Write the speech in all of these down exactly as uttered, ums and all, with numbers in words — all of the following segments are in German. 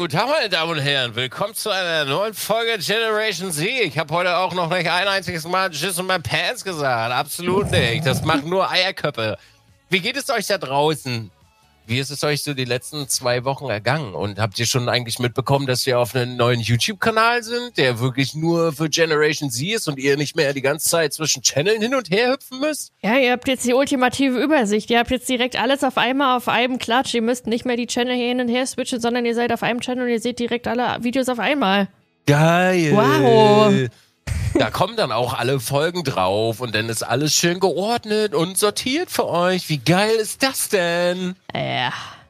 guten Tag, meine Damen und Herren. Willkommen zu einer neuen Folge Generation Z. Ich habe heute auch noch nicht ein einziges Mal Jizz in my Pants gesagt. Absolut nicht. Das macht nur Eierköpfe. Wie geht es euch da draußen? Wie ist es euch so die letzten zwei Wochen ergangen? Und habt ihr schon eigentlich mitbekommen, dass wir auf einem neuen YouTube-Kanal sind, der wirklich nur für Generation Z ist und ihr nicht mehr die ganze Zeit zwischen Channeln hin und her hüpfen müsst? Ja, ihr habt jetzt die ultimative Übersicht. Ihr habt jetzt direkt alles auf einmal auf einem Klatsch. Ihr müsst nicht mehr die Channel hier hin und her switchen, sondern ihr seid auf einem Channel und ihr seht direkt alle Videos auf einmal. Geil! Wow! Da kommen dann auch alle Folgen drauf und dann ist alles schön geordnet und sortiert für euch. Wie geil ist das denn? Ja.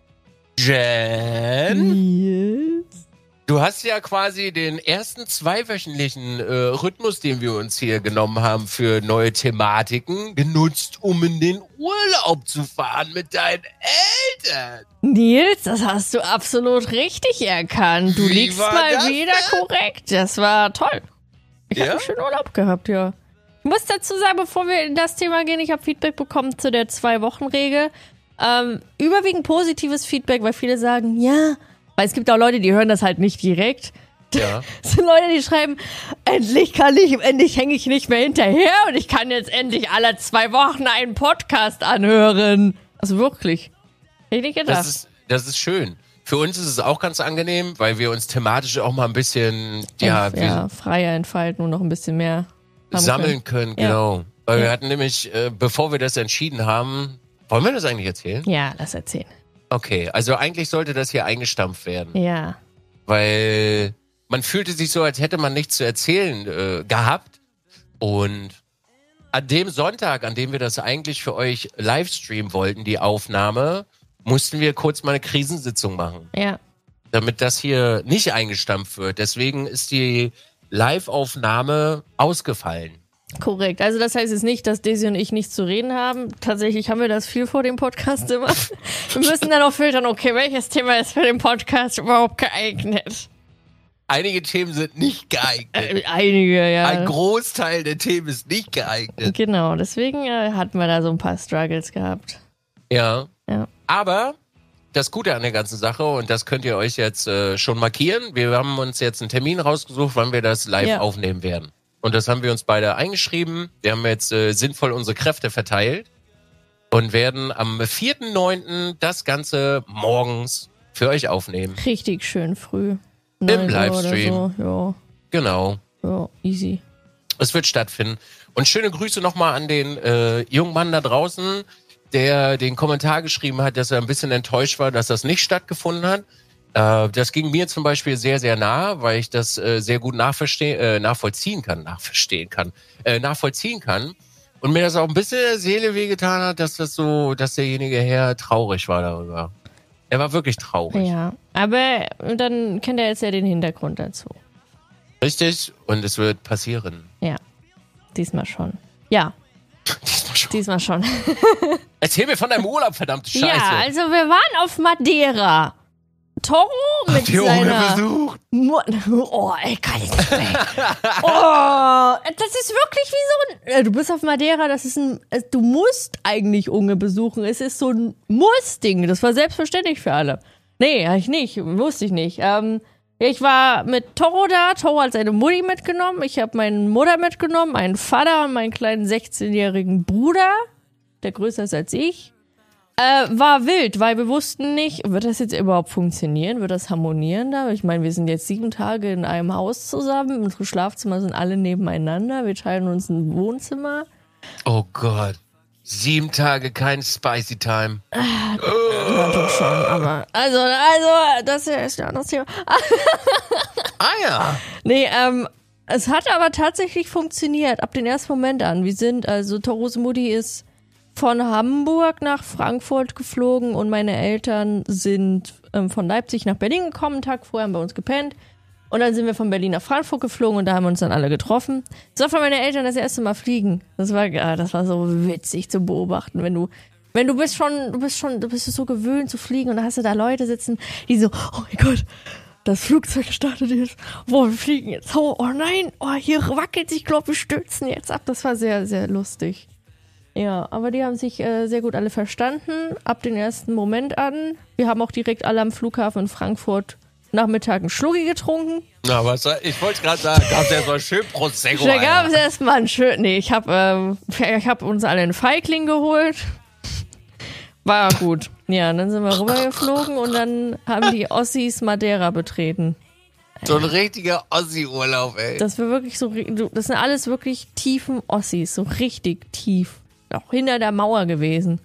Jen? Yes. Du hast ja quasi den ersten zweiwöchentlichen äh, Rhythmus, den wir uns hier genommen haben für neue Thematiken, genutzt, um in den Urlaub zu fahren mit deinen Eltern. Nils, das hast du absolut richtig erkannt. Du Wie liegst war mal das wieder denn? korrekt. Das war toll. Ich Ja? habe einen schönen Urlaub gehabt, ja. Ich muss dazu sagen, bevor wir in das Thema gehen, ich habe Feedback bekommen zu der Zwei-Wochen-Regel. Ähm, überwiegend positives Feedback, weil viele sagen, ja, weil es gibt auch Leute, die hören das halt nicht direkt. Ja. Es sind Leute, die schreiben, endlich kann ich, endlich hänge ich nicht mehr hinterher und ich kann jetzt endlich alle zwei Wochen einen Podcast anhören. Also wirklich. Hätte ich nicht gedacht. Das ist, das ist schön. Für uns ist es auch ganz angenehm, weil wir uns thematisch auch mal ein bisschen ja, ja, ja, freier entfalten und noch ein bisschen mehr haben sammeln können, Ja. genau. Weil Ja. wir hatten nämlich, äh, bevor wir das entschieden haben, wollen wir das eigentlich erzählen? Ja, lass erzählen. Okay, also eigentlich sollte das hier eingestampft werden, Ja. weil man fühlte sich so, als hätte man nichts zu erzählen äh, gehabt. Und an dem Sonntag, an dem wir das eigentlich für euch livestreamen wollten, die Aufnahme, mussten wir kurz mal eine Krisensitzung machen, Ja. damit das hier nicht eingestampft wird. Deswegen ist die Live-Aufnahme ausgefallen. Korrekt. Also das heißt jetzt nicht, dass Daisy und ich nichts zu reden haben. Tatsächlich haben wir das viel vor dem Podcast immer. Wir müssen dann auch filtern, okay, welches Thema ist für den Podcast überhaupt geeignet? Einige Themen sind nicht geeignet. Äh, einige, ja. Ein Großteil der Themen ist nicht geeignet. Genau, deswegen äh, hatten wir da so ein paar Struggles gehabt. Ja. Ja. Aber das Gute an der ganzen Sache, und das könnt ihr euch jetzt äh, schon markieren, wir haben uns jetzt einen Termin rausgesucht, wann wir das live Ja. aufnehmen werden. Und das haben wir uns beide eingeschrieben. Wir haben jetzt äh, sinnvoll unsere Kräfte verteilt und werden am vierten neunten das Ganze morgens für euch aufnehmen. Richtig schön früh. Im neun Uhr Livestream. Oder so. Genau. Ja, ja, easy. Es wird stattfinden. Und schöne Grüße nochmal an den äh, jungen Mann da draußen, der den Kommentar geschrieben hat, dass er ein bisschen enttäuscht war, dass das nicht stattgefunden hat. Äh, das ging mir zum Beispiel sehr, sehr nah, weil ich das äh, sehr gut nachverstehen, äh, nachvollziehen kann, nachverstehen kann, äh, nachvollziehen kann. Und mir das auch ein bisschen der Seele wehgetan hat, dass das so, dass derjenige Herr traurig war darüber. Er war wirklich traurig. Ja, aber dann kennt er jetzt ja den Hintergrund dazu. Richtig? Und es wird passieren. Ja, diesmal schon. Ja, Diesmal schon. diesmal schon. Erzähl mir von deinem Urlaub, verdammte Scheiße. Ja, also wir waren auf Madeira. Toro mit Die Junge seiner... besucht. Mu- Oh, ey, kann ich nicht mehr. Oh, das ist wirklich wie so ein... äh, Du bist auf Madeira, das ist ein... äh, Du musst eigentlich Unge besuchen. Es ist so ein Muss-Ding. Das war selbstverständlich für alle. Nee, hab ich nicht. Wusste ich nicht. Ähm, ich war mit Toro da. Toro hat seine Mutti mitgenommen. Ich habe meine Mutter mitgenommen, meinen Vater und meinen kleinen sechzehnjährigen Bruder, der größer ist als ich. Äh, war wild, weil wir wussten nicht, wird das jetzt überhaupt funktionieren? Wird das harmonieren da? Ich meine, wir sind jetzt sieben Tage in einem Haus zusammen. Unsere Schlafzimmer sind alle nebeneinander. Wir teilen uns ein Wohnzimmer. Oh Gott. Sieben Tage kein Spicy Time. Ja, doch schon, aber... Also, also, das hier ist ja das Thema. Ah ja. Nee, ähm, es hat aber tatsächlich funktioniert, ab dem ersten Moment an. Wir sind, also, Toros Mutti ist von Hamburg nach Frankfurt geflogen und meine Eltern sind ähm, von Leipzig nach Berlin gekommen. Einen Tag vorher haben bei uns gepennt. Und dann sind wir von Berlin nach Frankfurt geflogen und da haben wir uns dann alle getroffen. Das war für meine Eltern das erste Mal fliegen. Das war, ah, das war so witzig zu beobachten, wenn du, wenn du bist schon, du bist schon, du bist so gewöhnt zu fliegen und da hast du da Leute sitzen, die so, oh mein Gott, das Flugzeug startet jetzt. Boah, wir fliegen jetzt. Oh, oh nein, oh, hier wackelt sich, ich glaube, wir stürzen jetzt ab. Das war sehr, sehr lustig. Ja, aber die haben sich äh, sehr gut alle verstanden, ab dem ersten Moment an. Wir haben auch direkt alle am Flughafen in Frankfurt Nachmittag einen Schluggi getrunken. Na, was soll, ich wollte gerade sagen, gab es ja so ein schön Prosecco. Da gab es erstmal ein schön, nee, ich habe ähm, ich hab uns alle einen Feigling geholt. War gut. Ja, und dann sind wir rübergeflogen und dann haben die Ossis Madeira betreten. So ein richtiger Ossi-Urlaub, ey. Das war wirklich so, das sind alles wirklich tiefen Ossis, so richtig tief. Auch hinter der Mauer gewesen.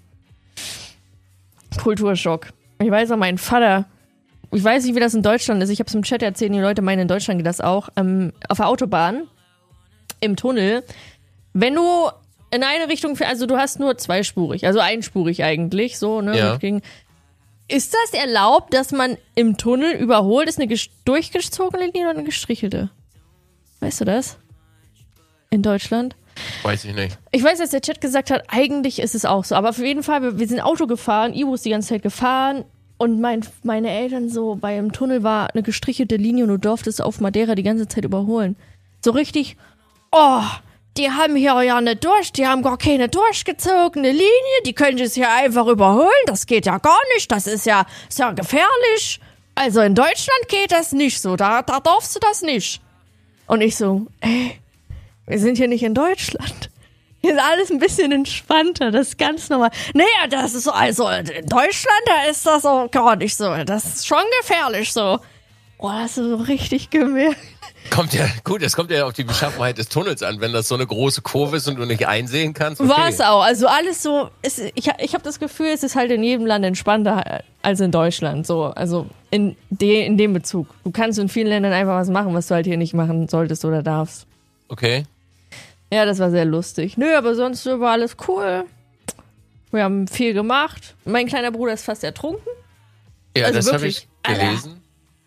Kulturschock. Ich weiß auch, mein Vater, ich weiß nicht, wie das in Deutschland ist, ich habe es im Chat erzählt, die Leute meinen, in Deutschland geht das auch, ähm, auf der Autobahn, im Tunnel, wenn du in eine Richtung fährst, also du hast nur zweispurig, also einspurig eigentlich, so, ne, ja. Gegen, ist das erlaubt, dass man im Tunnel überholt? Ist eine durchgezogene Linie oder eine gestrichelte? Weißt du das? In Deutschland? Weiß ich nicht. Ich weiß, dass der Chat gesagt hat, eigentlich ist es auch so. Aber auf jeden Fall, wir, wir sind Auto gefahren, Ivo ist die ganze Zeit gefahren und mein, meine Eltern so, bei im Tunnel war eine gestrichelte Linie und du durftest auf Madeira die ganze Zeit überholen. So richtig, oh, die haben hier ja nicht durch, die haben gar keine durchgezogene Linie, die können es hier einfach überholen, das geht ja gar nicht, das ist ja, ist ja gefährlich. Also in Deutschland geht das nicht so, da, da darfst du das nicht. Und ich so, ey, wir sind hier nicht in Deutschland. Hier ist alles ein bisschen entspannter, das ist ganz normal. Naja, das ist so, also in Deutschland, da ist das so gar nicht so, das ist schon gefährlich so. Oh, das ist so richtig gemerkt. Kommt ja, gut, es kommt ja auf die Beschaffenheit des Tunnels an, wenn das so eine große Kurve ist und du nicht einsehen kannst. Okay. War es auch, also alles so, ist, ich, ich habe das Gefühl, es ist halt in jedem Land entspannter als in Deutschland, so, also in, de, in dem Bezug. Du kannst in vielen Ländern einfach was machen, was du halt hier nicht machen solltest oder darfst. Okay. Ja, das war sehr lustig. Nö, aber sonst war alles cool. Wir haben viel gemacht. Mein kleiner Bruder ist fast ertrunken. Ja, also das habe ich gelesen.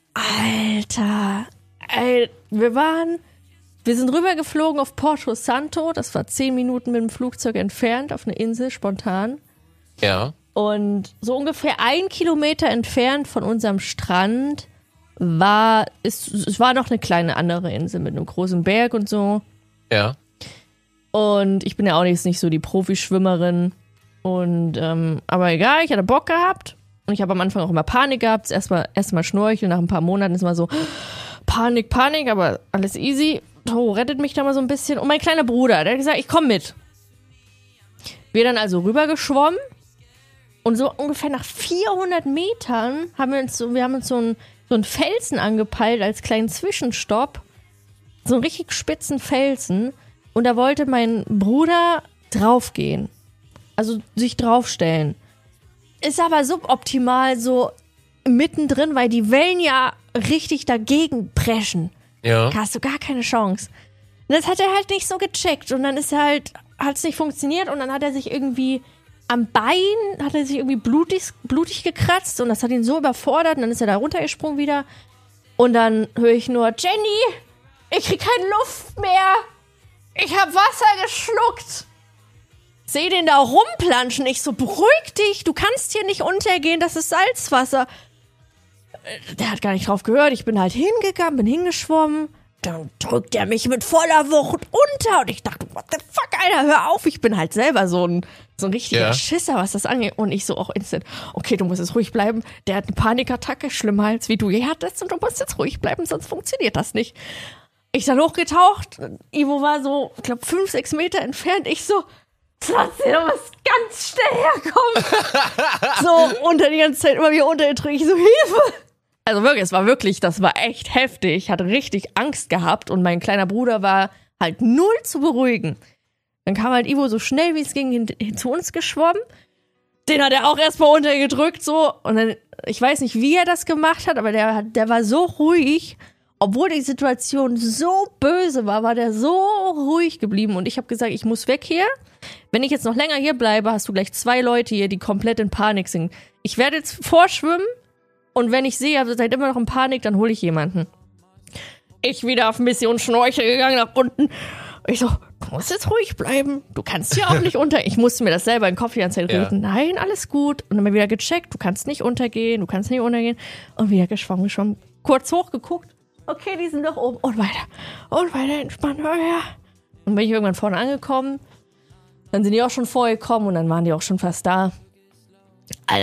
Alter, Alter, wir waren, wir sind rübergeflogen auf Porto Santo. Das war zehn Minuten mit dem Flugzeug entfernt, auf eine Insel, spontan. Ja. Und so ungefähr ein Kilometer entfernt von unserem Strand war, es, es war noch eine kleine andere Insel mit einem großen Berg und so. Ja. Und ich bin ja auch jetzt nicht so die Profischwimmerin. Und, ähm, aber egal, ich hatte Bock gehabt. Und ich habe am Anfang auch immer Panik gehabt. Erstmal erstmal schnorcheln, nach ein paar Monaten ist mal so Panik, Panik, aber alles easy. Toro rettet mich da mal so ein bisschen. Und mein kleiner Bruder, der hat gesagt, ich komm mit. Wir dann also rübergeschwommen. Und so ungefähr nach vierhundert Metern haben wir uns so, wir haben uns so einen, so einen Felsen angepeilt als kleinen Zwischenstopp. So einen richtig spitzen Felsen. Und da wollte mein Bruder draufgehen. Also sich draufstellen. Ist aber suboptimal so mittendrin, weil die Wellen ja richtig dagegen preschen. Ja. Da hast du gar keine Chance. Und das hat er halt nicht so gecheckt. Und dann ist er halt, hat es nicht funktioniert. Und dann hat er sich irgendwie am Bein, hat er sich irgendwie blutig, blutig gekratzt. Und das hat ihn so überfordert. Und dann ist er da runtergesprungen wieder. Und dann höre ich nur, Jenny, ich krieg keine Luft mehr. Ich hab Wasser geschluckt. Seh den da rumplanschen. Ich so, beruhig dich, du kannst hier nicht untergehen, das ist Salzwasser. Der hat gar nicht drauf gehört. Ich bin halt hingegangen, bin hingeschwommen. Dann drückt er mich mit voller Wucht unter. Und ich dachte, what the fuck, Alter, hör auf. Ich bin halt selber so ein, so ein richtiger ja. Schisser, was das angeht. Und ich so auch instant, okay, du musst jetzt ruhig bleiben. Der hat eine Panikattacke, schlimmer als wie du je hattest. Und du musst jetzt ruhig bleiben, sonst funktioniert das nicht. Ich dann hochgetaucht. Ivo war so, ich glaube, fünf, sechs Meter entfernt. Ich so, Schatzi, du musst ganz schnell herkommen. So, unter die ganze Zeit immer wieder untergedrückt. Ich so, Hilfe. Also wirklich, es war wirklich, das war echt heftig. Ich hatte richtig Angst gehabt und mein kleiner Bruder war halt null zu beruhigen. Dann kam halt Ivo so schnell, wie es ging, hin, hin zu uns geschwommen. Den hat er auch erstmal untergedrückt, so. Und dann, ich weiß nicht, wie er das gemacht hat, aber der, der war so ruhig. Obwohl die Situation so böse war, war der so ruhig geblieben. Und ich habe gesagt, ich muss weg hier. Wenn ich jetzt noch länger hier bleibe, hast du gleich zwei Leute hier, die komplett in Panik sind. Ich werde jetzt vorschwimmen und wenn ich sehe, ihr seid immer noch in Panik, dann hole ich jemanden. Ich wieder auf Mission Schnorchel gegangen, nach unten. Ich so, du musst jetzt ruhig bleiben. Du kannst hier auch nicht unter... Ich musste mir das selber in den Kopf die ganze Zeit reden. Ja. Nein, alles gut. Und dann mal wieder gecheckt, du kannst nicht untergehen, du kannst nicht untergehen. Und wieder geschwommen, geschwommen. Kurz hochgeguckt. Okay, die sind doch oben. Und weiter. Und weiter entspannt. Oh ja. Und bin ich irgendwann vorne angekommen. Dann sind die auch schon vorgekommen und dann waren die auch schon fast da. Alter,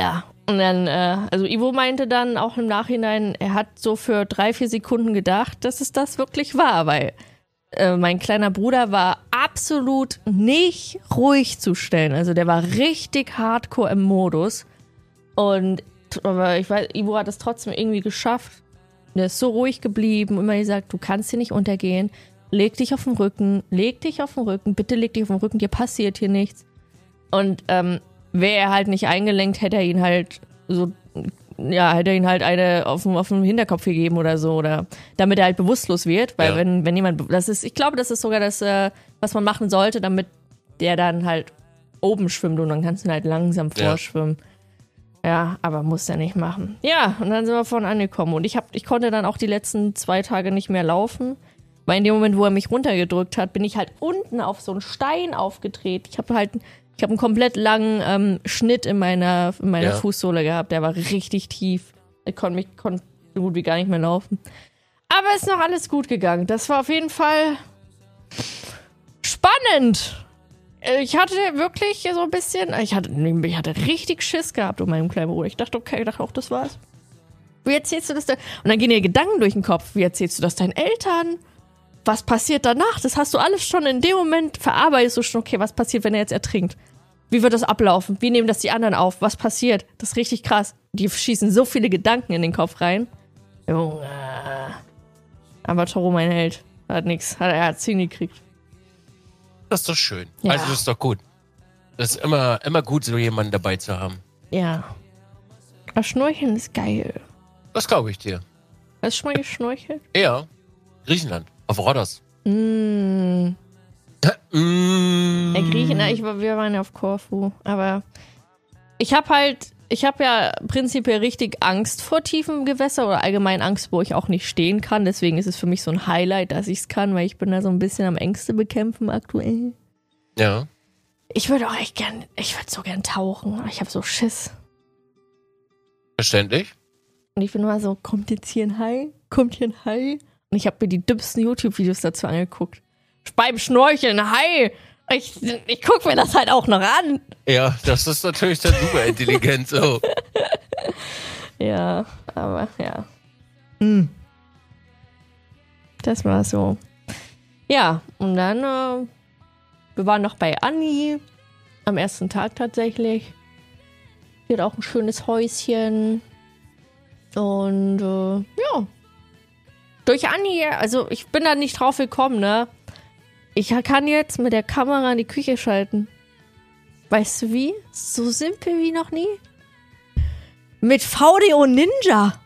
Und dann, äh, also Ivo meinte dann auch im Nachhinein, er hat so für drei, vier Sekunden gedacht, dass es das wirklich war, weil äh, mein kleiner Bruder war absolut nicht ruhig zu stellen. Also der war richtig hardcore im Modus. Und aber ich weiß, Ivo hat es trotzdem irgendwie geschafft. Der ist so ruhig geblieben und immer gesagt, du kannst hier nicht untergehen. Leg dich auf den Rücken, leg dich auf den Rücken, bitte leg dich auf den Rücken, dir passiert hier nichts. Und ähm, wäre er halt nicht eingelenkt, hätte er ihn halt so, ja, hätte er ihn halt eine auf dem, auf dem Hinterkopf gegeben oder so, oder damit er halt bewusstlos wird, weil ja. wenn, wenn jemand, das ist, ich glaube, das ist sogar das, äh, was man machen sollte, damit der dann halt oben schwimmt und dann kannst du ihn halt langsam vorschwimmen. Ja, ja, aber muss er nicht machen. Ja, und dann sind wir vorne angekommen und ich hab, ich konnte dann auch die letzten zwei Tage nicht mehr laufen, weil in dem Moment, wo er mich runtergedrückt hat, bin ich halt unten auf so einen Stein aufgedreht. Ich habe halt Ich habe einen komplett langen ähm, Schnitt in meiner, in meiner ja. Fußsohle gehabt. Der war richtig tief. Ich konnte mich kon so gut wie gar nicht mehr laufen. Aber ist noch alles gut gegangen. Das war auf jeden Fall spannend. Ich hatte wirklich so ein bisschen, ich hatte, ich hatte richtig Schiss gehabt um meinen kleinen Bruder. Ich dachte, okay, ich dachte auch, das war's. Wie erzählst du das denn? Und dann gehen dir Gedanken durch den Kopf. Wie erzählst du das deinen Eltern? Was passiert danach? Das hast du alles schon in dem Moment, verarbeitest du schon, okay, was passiert, wenn er jetzt ertrinkt? Wie wird das ablaufen? Wie nehmen das die anderen auf? Was passiert? Das ist richtig krass. Die schießen so viele Gedanken in den Kopf rein. Junge. Aber Toro, mein Held, hat nichts. Er hat's hingekriegt. Das ist doch schön. Ja. Also das ist doch gut. Das ist immer, immer gut, so jemanden dabei zu haben. Ja. Das Schnorcheln ist geil. Das glaube ich dir. Hast du schon mal geschnorchelt? Ja. Griechenland. Auf Rhodos. Mm. Mm. Ja, Griechenland, ich, wir waren ja auf Korfu. Aber ich habe halt, ich habe ja prinzipiell richtig Angst vor tiefen Gewässern oder allgemein Angst, wo ich auch nicht stehen kann. Deswegen ist es für mich so ein Highlight, dass ich es kann, weil ich bin da so ein bisschen am Ängste bekämpfen aktuell. Ja. Ich würde auch echt gern, ich würde so gern tauchen. Ich habe so Schiss. Verständlich. Und ich bin immer so, kommt jetzt hier ein Hai? Kommt hier ein Hai? Und ich habe mir die dümmsten YouTube-Videos dazu angeguckt. Beim Schnorcheln, Hai! Ich, ich gucke mir das halt auch noch an. Ja, das ist natürlich dann super intelligent so. Ja, aber ja. Hm. Das war so. Ja, und dann, äh, wir waren noch bei Anni. Am ersten Tag tatsächlich. Sie hat auch ein schönes Häuschen. Und, äh, ja. Durch Anni, also ich bin da nicht drauf gekommen, ne? Ich kann jetzt mit der Kamera in die Küche schalten. Weißt du wie? So simpel wie noch nie. Mit V D O Ninja.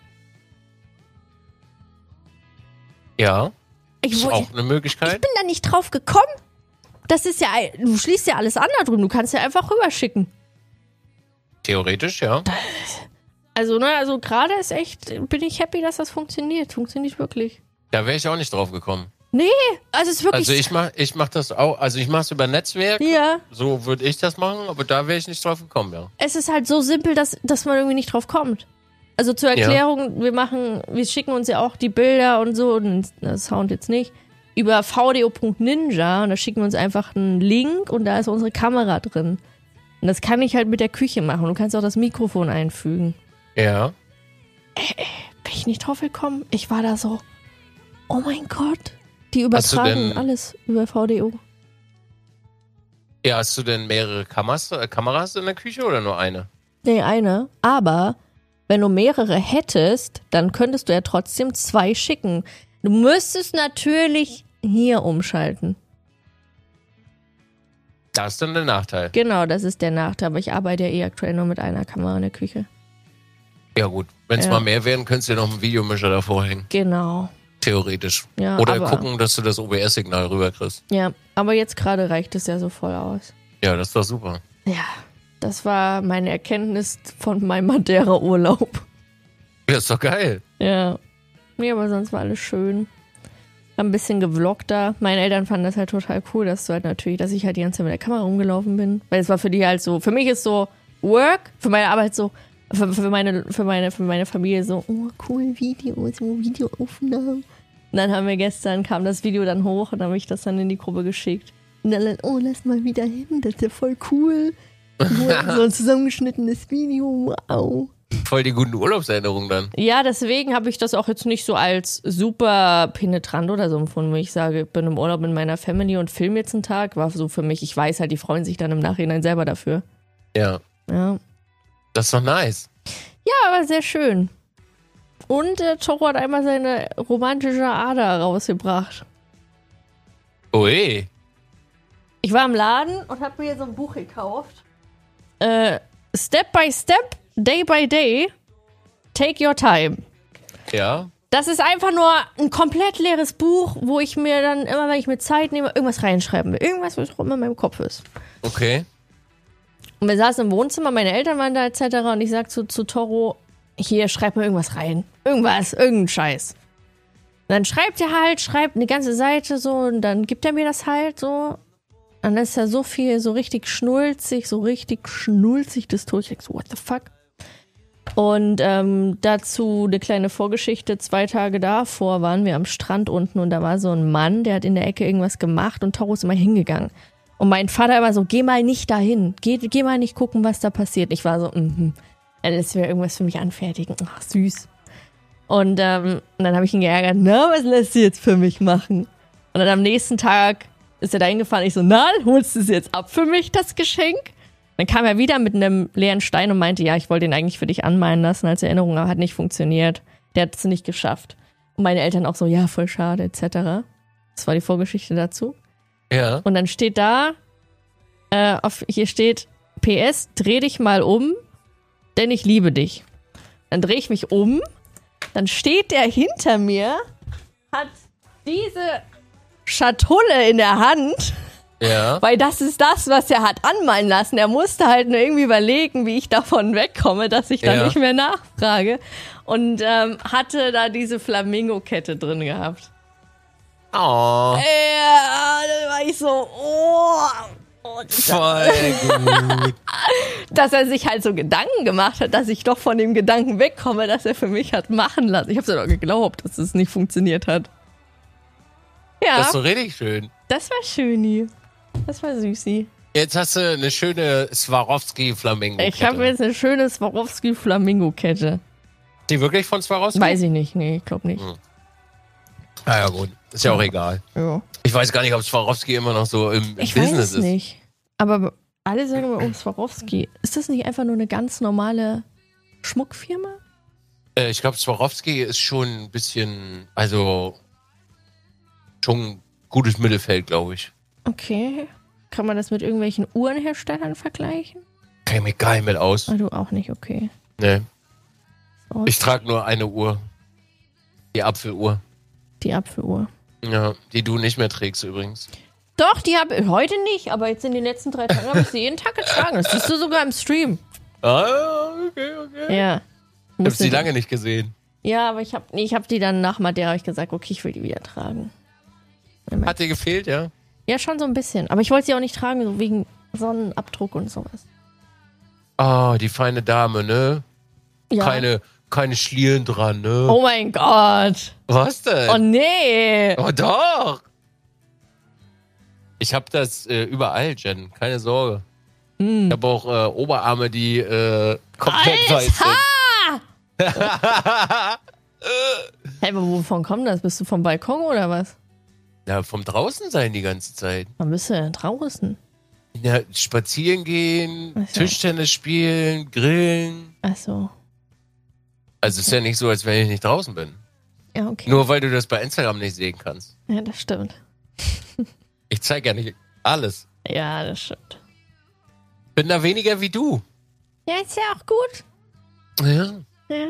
Ja. Ich, ist auch eine Möglichkeit. Ich bin da nicht drauf gekommen. Das ist ja, du schließt ja alles an da drüben. Du kannst ja einfach rüberschicken. Theoretisch, ja. Also, ne, also gerade ist echt, bin ich happy, dass das funktioniert. Funktioniert wirklich. Da wäre ich auch nicht drauf gekommen. Nee, also es ist wirklich... Also ich mach, ich mach das auch, also ich mach's über Netzwerk. Ja. So würde ich das machen, aber da wäre ich nicht drauf gekommen, ja. Es ist halt so simpel, dass, dass man irgendwie nicht drauf kommt. Also zur Erklärung, ja. wir machen, wir schicken uns ja auch die Bilder und so, und das Sound jetzt nicht, über V D O Punkt Ninja, und da schicken wir uns einfach einen Link und da ist unsere Kamera drin. Und das kann ich halt mit der Küche machen. Du kannst auch das Mikrofon einfügen. Ja. Äh, äh, bin ich nicht drauf gekommen? Ich war da so, oh mein Gott. Die übertragen denn, alles über V D O. Ja, hast du denn mehrere Kameras, äh, Kameras in der Küche oder nur eine? Nee, eine. Aber wenn du mehrere hättest, dann könntest du ja trotzdem zwei schicken. Du müsstest natürlich hier umschalten. Das ist dann der Nachteil. Genau, das ist der Nachteil. Aber ich arbeite ja eh aktuell nur mit einer Kamera in der Küche. Ja gut, wenn es ja. mal mehr werden, könntest du ja noch einen Videomischer davor hängen. Genau. Theoretisch. Ja, oder aber, gucken, dass du das O B S-Signal rüberkriegst. Ja, aber jetzt gerade reicht es ja so voll aus. Ja, das ist doch super. Ja, das war meine Erkenntnis von meinem Madeira-Urlaub. Ja, ist doch geil. Ja. Nee, aber sonst war alles schön. War ein bisschen gevloggt da. Meine Eltern fanden das halt total cool, dass du halt natürlich, dass ich halt die ganze Zeit mit der Kamera rumgelaufen bin. Weil es war für die halt so, für mich ist so Work, für meine Arbeit so, für, für, meine, für, meine, für meine Familie so, oh cool, Videos, Videoaufnahmen. Und dann haben wir gestern, kam das Video dann hoch und dann habe ich das dann in die Gruppe geschickt. Und dann, oh, lass mal wieder hin, das ist ja voll cool. Nur so ein zusammengeschnittenes Video, wow. Voll die guten Urlaubserinnerungen dann. Ja, deswegen habe ich das auch jetzt nicht so als super penetrant oder so empfunden, wo ich sage, ich bin im Urlaub mit meiner Family und film jetzt einen Tag, war so für mich, ich weiß halt, die freuen sich dann im Nachhinein selber dafür. Ja. Ja. Das ist doch nice. Ja, aber sehr schön. Und der Toro hat einmal seine romantische Ader rausgebracht. Ui. Ich war im Laden und habe mir so ein Buch gekauft. Äh, Step by Step, Day by Day, Take Your Time. Ja. Das ist einfach nur ein komplett leeres Buch, wo ich mir dann immer, wenn ich mir Zeit nehme, irgendwas reinschreiben will. Irgendwas, was auch immer in meinem Kopf ist. Okay. Und wir saßen im Wohnzimmer, meine Eltern waren da et cetera. Und ich sag zu, zu Toro, hier, schreib mir irgendwas rein. Irgendwas, irgendein Scheiß. Und dann schreibt er halt, schreibt eine ganze Seite so und dann gibt er mir das halt so. Und dann ist da so viel, so richtig schnulzig, so richtig schnulzig das Tod. Ich denk so, what the fuck? Und ähm, dazu eine kleine Vorgeschichte. Zwei Tage davor waren wir am Strand unten und da war so ein Mann, der hat in der Ecke irgendwas gemacht und Toro ist immer hingegangen. Und mein Vater immer so, geh mal nicht dahin. Geh, geh mal nicht gucken, was da passiert. Ich war so, mhm. Er lässt mir irgendwas für mich anfertigen. Ach, süß. Und, ähm, und dann habe ich ihn geärgert. Na, was lässt du jetzt für mich machen? Und dann am nächsten Tag ist er da hingefahren. Ich so, na, holst du es jetzt ab für mich, das Geschenk? Dann kam er wieder mit einem leeren Stein und meinte, ja, ich wollte ihn eigentlich für dich anmalen lassen als Erinnerung, aber hat nicht funktioniert. Der hat es nicht geschafft. Und meine Eltern auch so, ja, voll schade, et cetera. Das war die Vorgeschichte dazu. Ja. Und dann steht da, äh, auf, hier steht, P S, dreh dich mal um, denn ich liebe dich. Dann drehe ich mich um, dann steht der hinter mir, hat diese Schatulle in der Hand, Ja. weil das ist das, was er hat anmalen lassen. Er musste halt nur irgendwie überlegen, wie ich davon wegkomme, dass ich da Ja. nicht mehr nachfrage. Und ähm, hatte da diese Flamingo-Kette drin gehabt. Oh. Ja, da war ich so, oh. Und Voll gut. dass er sich halt so Gedanken gemacht hat, dass ich doch von dem Gedanken wegkomme, dass er für mich hat machen lassen. Ich hab's ja doch geglaubt, dass es nicht funktioniert hat. Ja, Das ist so richtig schön. das war schöni. Das war süßi. Jetzt hast du eine schöne Swarovski-Flamingo. Ich habe jetzt eine schöne Swarovski-Flamingo-Kette. Die wirklich von Swarovski? Weiß ich nicht, nee, ich glaube nicht. Ah ja gut, ist ja auch egal. Ja. Ich weiß gar nicht, ob Swarovski immer noch so im, im Ich Business weiß es ist. nicht. Aber alle sagen immer, oh, Swarovski. Ist das nicht einfach nur eine ganz normale Schmuckfirma? Äh, ich glaube, Swarovski ist schon ein bisschen, also schon ein gutes Mittelfeld, glaube ich. Okay. Kann man das mit irgendwelchen Uhrenherstellern vergleichen? Kenn ich mich gar nicht mit aus. Ah, du auch nicht, okay. Nee. So, Ich trage nur eine Uhr. Die Apfeluhr. die Apfeluhr. Ja, die du nicht mehr trägst übrigens. Doch, die habe ich heute nicht, aber jetzt in den letzten drei Tagen habe ich sie jeden Tag getragen. Das siehst du sogar im Stream. Ah, okay, okay. Ja. Ich hab sie lange nicht gesehen. Ja, aber ich habe nee, ich hab die dann nach Madeira hab ich gesagt, okay, ich will die wieder tragen. Hat dir gefehlt, ja? Ja, schon so ein bisschen. Aber ich wollte sie auch nicht tragen, so wegen Sonnenabdruck und sowas. Ah, die feine Dame, ne? Ja. Keine, keine Schlieren dran, ne? Oh mein Gott. Was denn? Oh nee. Oh doch! Ich hab das äh, überall, Jen. Keine Sorge. Hm. Ich habe auch äh, Oberarme, die äh, komplett weiß sind. Hey, aber wovon kommt das? Bist du vom Balkon oder was? Ja, vom draußen sein die ganze Zeit. Wann bist du denn draußen? Ja, spazieren gehen, Ach so. Tischtennis spielen, grillen. Ach so. Also es ist ja nicht so, als wenn ich nicht draußen bin. Ja, okay. Nur weil du das bei Instagram nicht sehen kannst. Ja, das stimmt. Ich zeige ja nicht alles. Ja, das stimmt. Bin da weniger wie du. Ja, ist ja auch gut. Ja. Ja.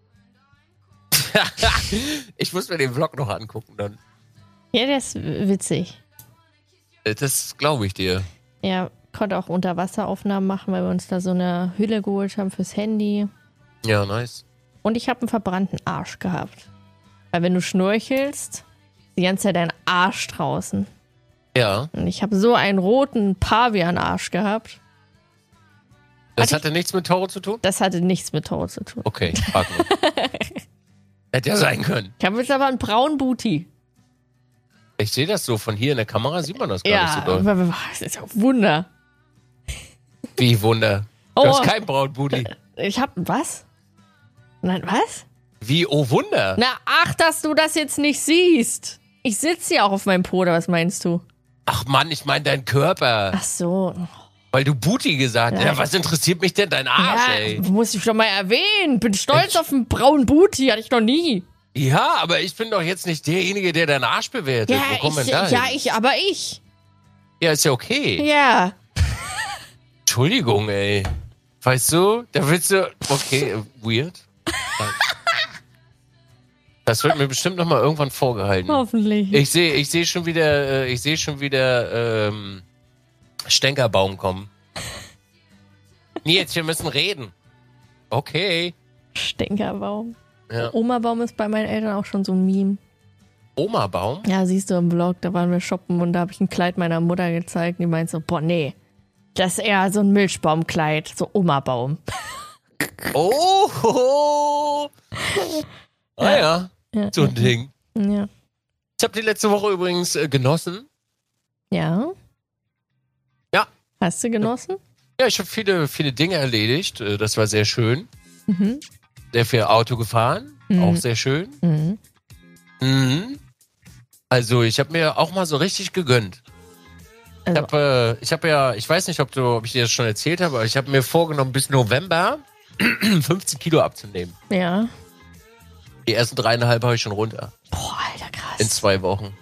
Ich muss mir den Vlog noch angucken dann. Ja, der ist witzig. Das glaube ich dir. Ja, konnte auch Unterwasseraufnahmen machen, weil wir uns da so eine Hülle geholt haben fürs Handy. Ja, nice. Und ich habe einen verbrannten Arsch gehabt. Weil wenn du schnorchelst, die ganze Zeit dein Arsch draußen. Ja. Und ich habe so einen roten Pavian-Arsch gehabt. Das Warte, hatte nichts mit Toro zu tun? Das hatte nichts mit Toro zu tun. Okay, frag mal. Hätte ja sein können. Ich habe jetzt aber einen braunen Booty. Ich sehe das so, von hier in der Kamera sieht man das gar Ja, nicht so doll. das ist ja ein Wunder. Wie Wunder. Du Oh. hast kein Brautbooty. Ich hab, was? Nein, was? Wie, oh Wunder. Na, ach, dass du das jetzt nicht siehst. Ich sitze ja auch auf meinem Po, oder was meinst du? Ach Mann, ich meine deinen Körper. Ach so. Weil du Booty gesagt hast. Ja. Ja, was interessiert mich denn dein Arsch, Ja, ey? muss ich doch mal erwähnen. Bin stolz auf einen braunen Booty, hatte ich noch nie. Ja, aber ich bin doch jetzt nicht derjenige, der deinen Arsch bewertet. Ja, Wo kommen wir ich, denn da ja, hin? ich, aber ich. Ja, ist ja okay. Ja. Entschuldigung, ey. Weißt du, da willst du... Okay, äh, weird. Das wird mir bestimmt noch mal irgendwann vorgehalten. Hoffentlich. Ich sehe ich seh schon wieder, äh, ich sehe schon wieder ähm, Stänkerbaum kommen. Nils, wir müssen reden. Okay. Stänkerbaum. Ja. Oma-Baum ist bei meinen Eltern auch schon so ein Meme. Oma-Baum? Ja, siehst du im Vlog, da waren wir shoppen und da habe ich ein Kleid meiner Mutter gezeigt und die meint so, boah, nee, das ist eher so ein Milchbaumkleid, so Oma-Baum. Oh! oh. Ah ja, Ja, so ein Ding. ja. Ich habe die letzte Woche übrigens äh, genossen. Ja? Ja. Hast du genossen? Ja, ich habe viele, viele Dinge erledigt. Äh, Das war sehr schön. Mhm. Sehr viel Auto gefahren. Mhm. Auch sehr schön. Mhm. Mhm. Also ich habe mir auch mal so richtig gegönnt. Ich Also, habe äh, ich hab ja, ich weiß nicht, ob, du, ob ich dir das schon erzählt habe, aber ich habe mir vorgenommen, bis November fünfzehn Kilo abzunehmen. ja. Die ersten dreieinhalb habe ich schon runter. Boah, Alter, krass. In zwei Wochen.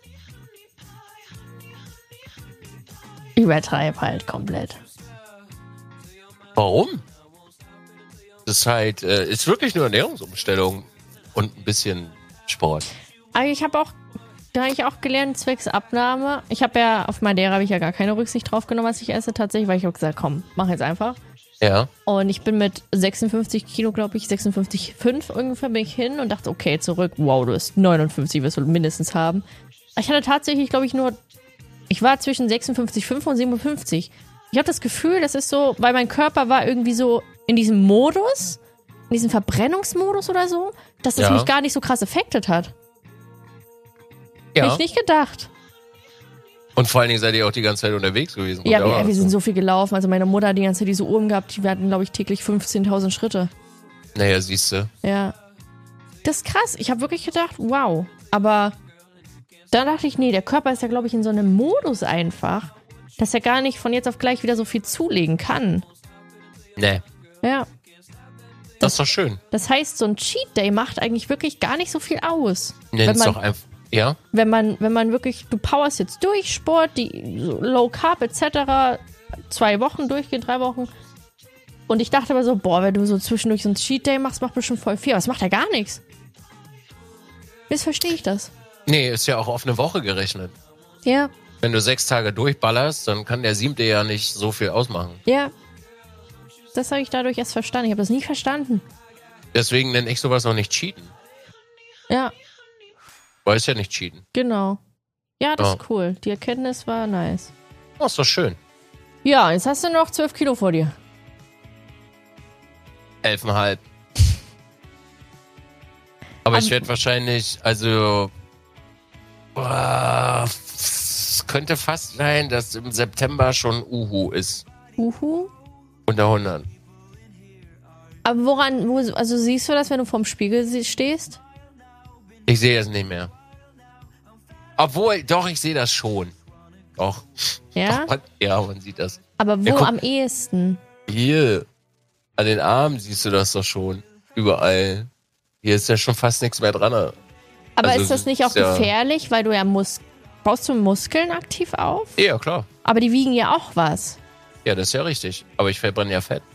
Übertreib halt komplett. Warum? Das ist halt, äh, ist wirklich nur Ernährungsumstellung und ein bisschen Sport. Aber ich habe auch, da habe ich auch gelernt, zwecks Abnahme. Ich habe ja, auf Madeira habe ich ja gar keine Rücksicht drauf genommen, was ich esse tatsächlich, weil ich habe gesagt, komm, mach jetzt einfach. Ja. Und ich bin mit sechsundfünfzig Kilo, glaube ich, sechsundfünfzig Komma fünf ungefähr bin ich hin und dachte, okay, zurück, wow, du bist neunundfünfzig, wirst du mindestens haben. Ich hatte tatsächlich, glaube ich, nur, ich war zwischen sechsundfünfzig Komma fünf und siebenundfünfzig. Ich habe das Gefühl, das ist so, weil mein Körper war irgendwie so in diesem Modus, in diesem Verbrennungsmodus oder so, dass es Ja. mich gar nicht so krass affected hat. Hätte Ja. ich nicht gedacht. Und vor allen Dingen seid ihr auch die ganze Zeit unterwegs gewesen. Ja, Gut, wir, aber- wir sind so viel gelaufen. Also meine Mutter hat die ganze Zeit diese Uhren gehabt, die hatten, glaube ich, täglich fünfzehntausend Schritte. Naja, siehst du. Ja. Das ist krass. Ich habe wirklich gedacht, wow. Aber da dachte ich, nee, der Körper ist ja, glaube ich, in so einem Modus einfach, dass er gar nicht von jetzt auf gleich wieder so viel zulegen kann. Nee, Ja. das ist doch schön. Das heißt, so ein Cheat Day macht eigentlich wirklich gar nicht so viel aus. Nenn es man- doch einfach. Ja? Wenn man, wenn man wirklich, du powerst jetzt durch, Sport, die so Low Carb et cetera, zwei Wochen durchgehen, drei Wochen. Und ich dachte aber so, boah, wenn du so zwischendurch so ein Cheat Day machst, macht bestimmt voll viel. Aber es macht ja gar nichts. Jetzt verstehe ich das. Nee, ist ja auch auf eine Woche gerechnet. Ja, Wenn du sechs Tage durchballerst, dann kann der siebte ja nicht so viel ausmachen. ja. Das habe ich dadurch erst verstanden. Ich habe das nie verstanden. Deswegen nenne ich sowas auch nicht Cheaten. Ja, Weil es ja nicht Cheaten. genau. Ja, das Ja. ist cool. Die Erkenntnis war nice. Oh, ist doch schön. Ja, jetzt hast du noch zwölf Kilo vor dir. Elfenhalb. Aber ich Am- werde wahrscheinlich, also, boah, es könnte fast sein, dass im September schon Uhu ist. Uhu. Unter hundert. Aber woran, wo, also siehst du das, wenn du vorm Spiegel sie- stehst? Ich sehe es nicht mehr. Obwohl, doch, ich sehe das schon. Doch. Ja? Doch, man, ja, man sieht das. Aber wo Ja, guck. am ehesten? Hier, an den Armen siehst du das doch schon. Überall. Hier ist ja schon fast nichts mehr dran. Aber Also, ist das nicht auch ist ja- gefährlich, weil du ja Mus baust du Muskeln aktiv auf? Ja, klar. Aber die wiegen ja auch was. Ja, das ist ja richtig. Aber ich verbrenne ja Fett.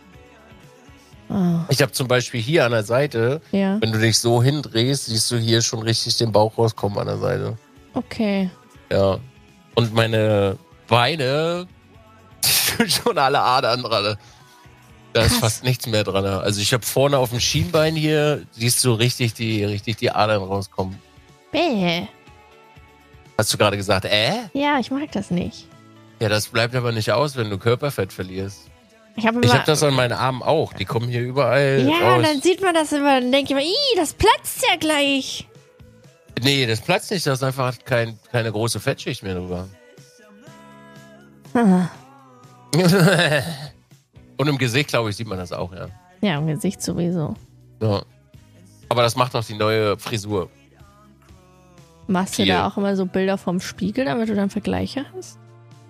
Ah, Ich habe zum Beispiel hier an der Seite, ja, wenn du dich so hindrehst, siehst du hier schon richtig den Bauch rauskommen an der Seite. okay. Ja. Und meine Beine, die sind schon alle Adern dran. Da ist Krass. fast nichts mehr dran. Also ich habe vorne auf dem Schienbein hier, siehst du richtig die, richtig die Adern rauskommen. Bäh. Hast du gerade gesagt, äh? Ja, ich mag das nicht. Ja, das bleibt aber nicht aus, wenn du Körperfett verlierst. Ich habe Ich immer. habe das an meinen Armen auch. Die kommen hier überall ja, raus. dann sieht man das immer, dann denke ich immer, ih, das platzt ja gleich. Nee, das platzt nicht. Da ist einfach kein, keine große Fettschicht mehr drüber. Ah, Und im Gesicht, glaube ich, sieht man das auch, ja. Ja, im Gesicht sowieso. Ja. Aber das macht doch die neue Frisur. Machst Viel. du da auch immer so Bilder vom Spiegel, damit du dann Vergleiche hast?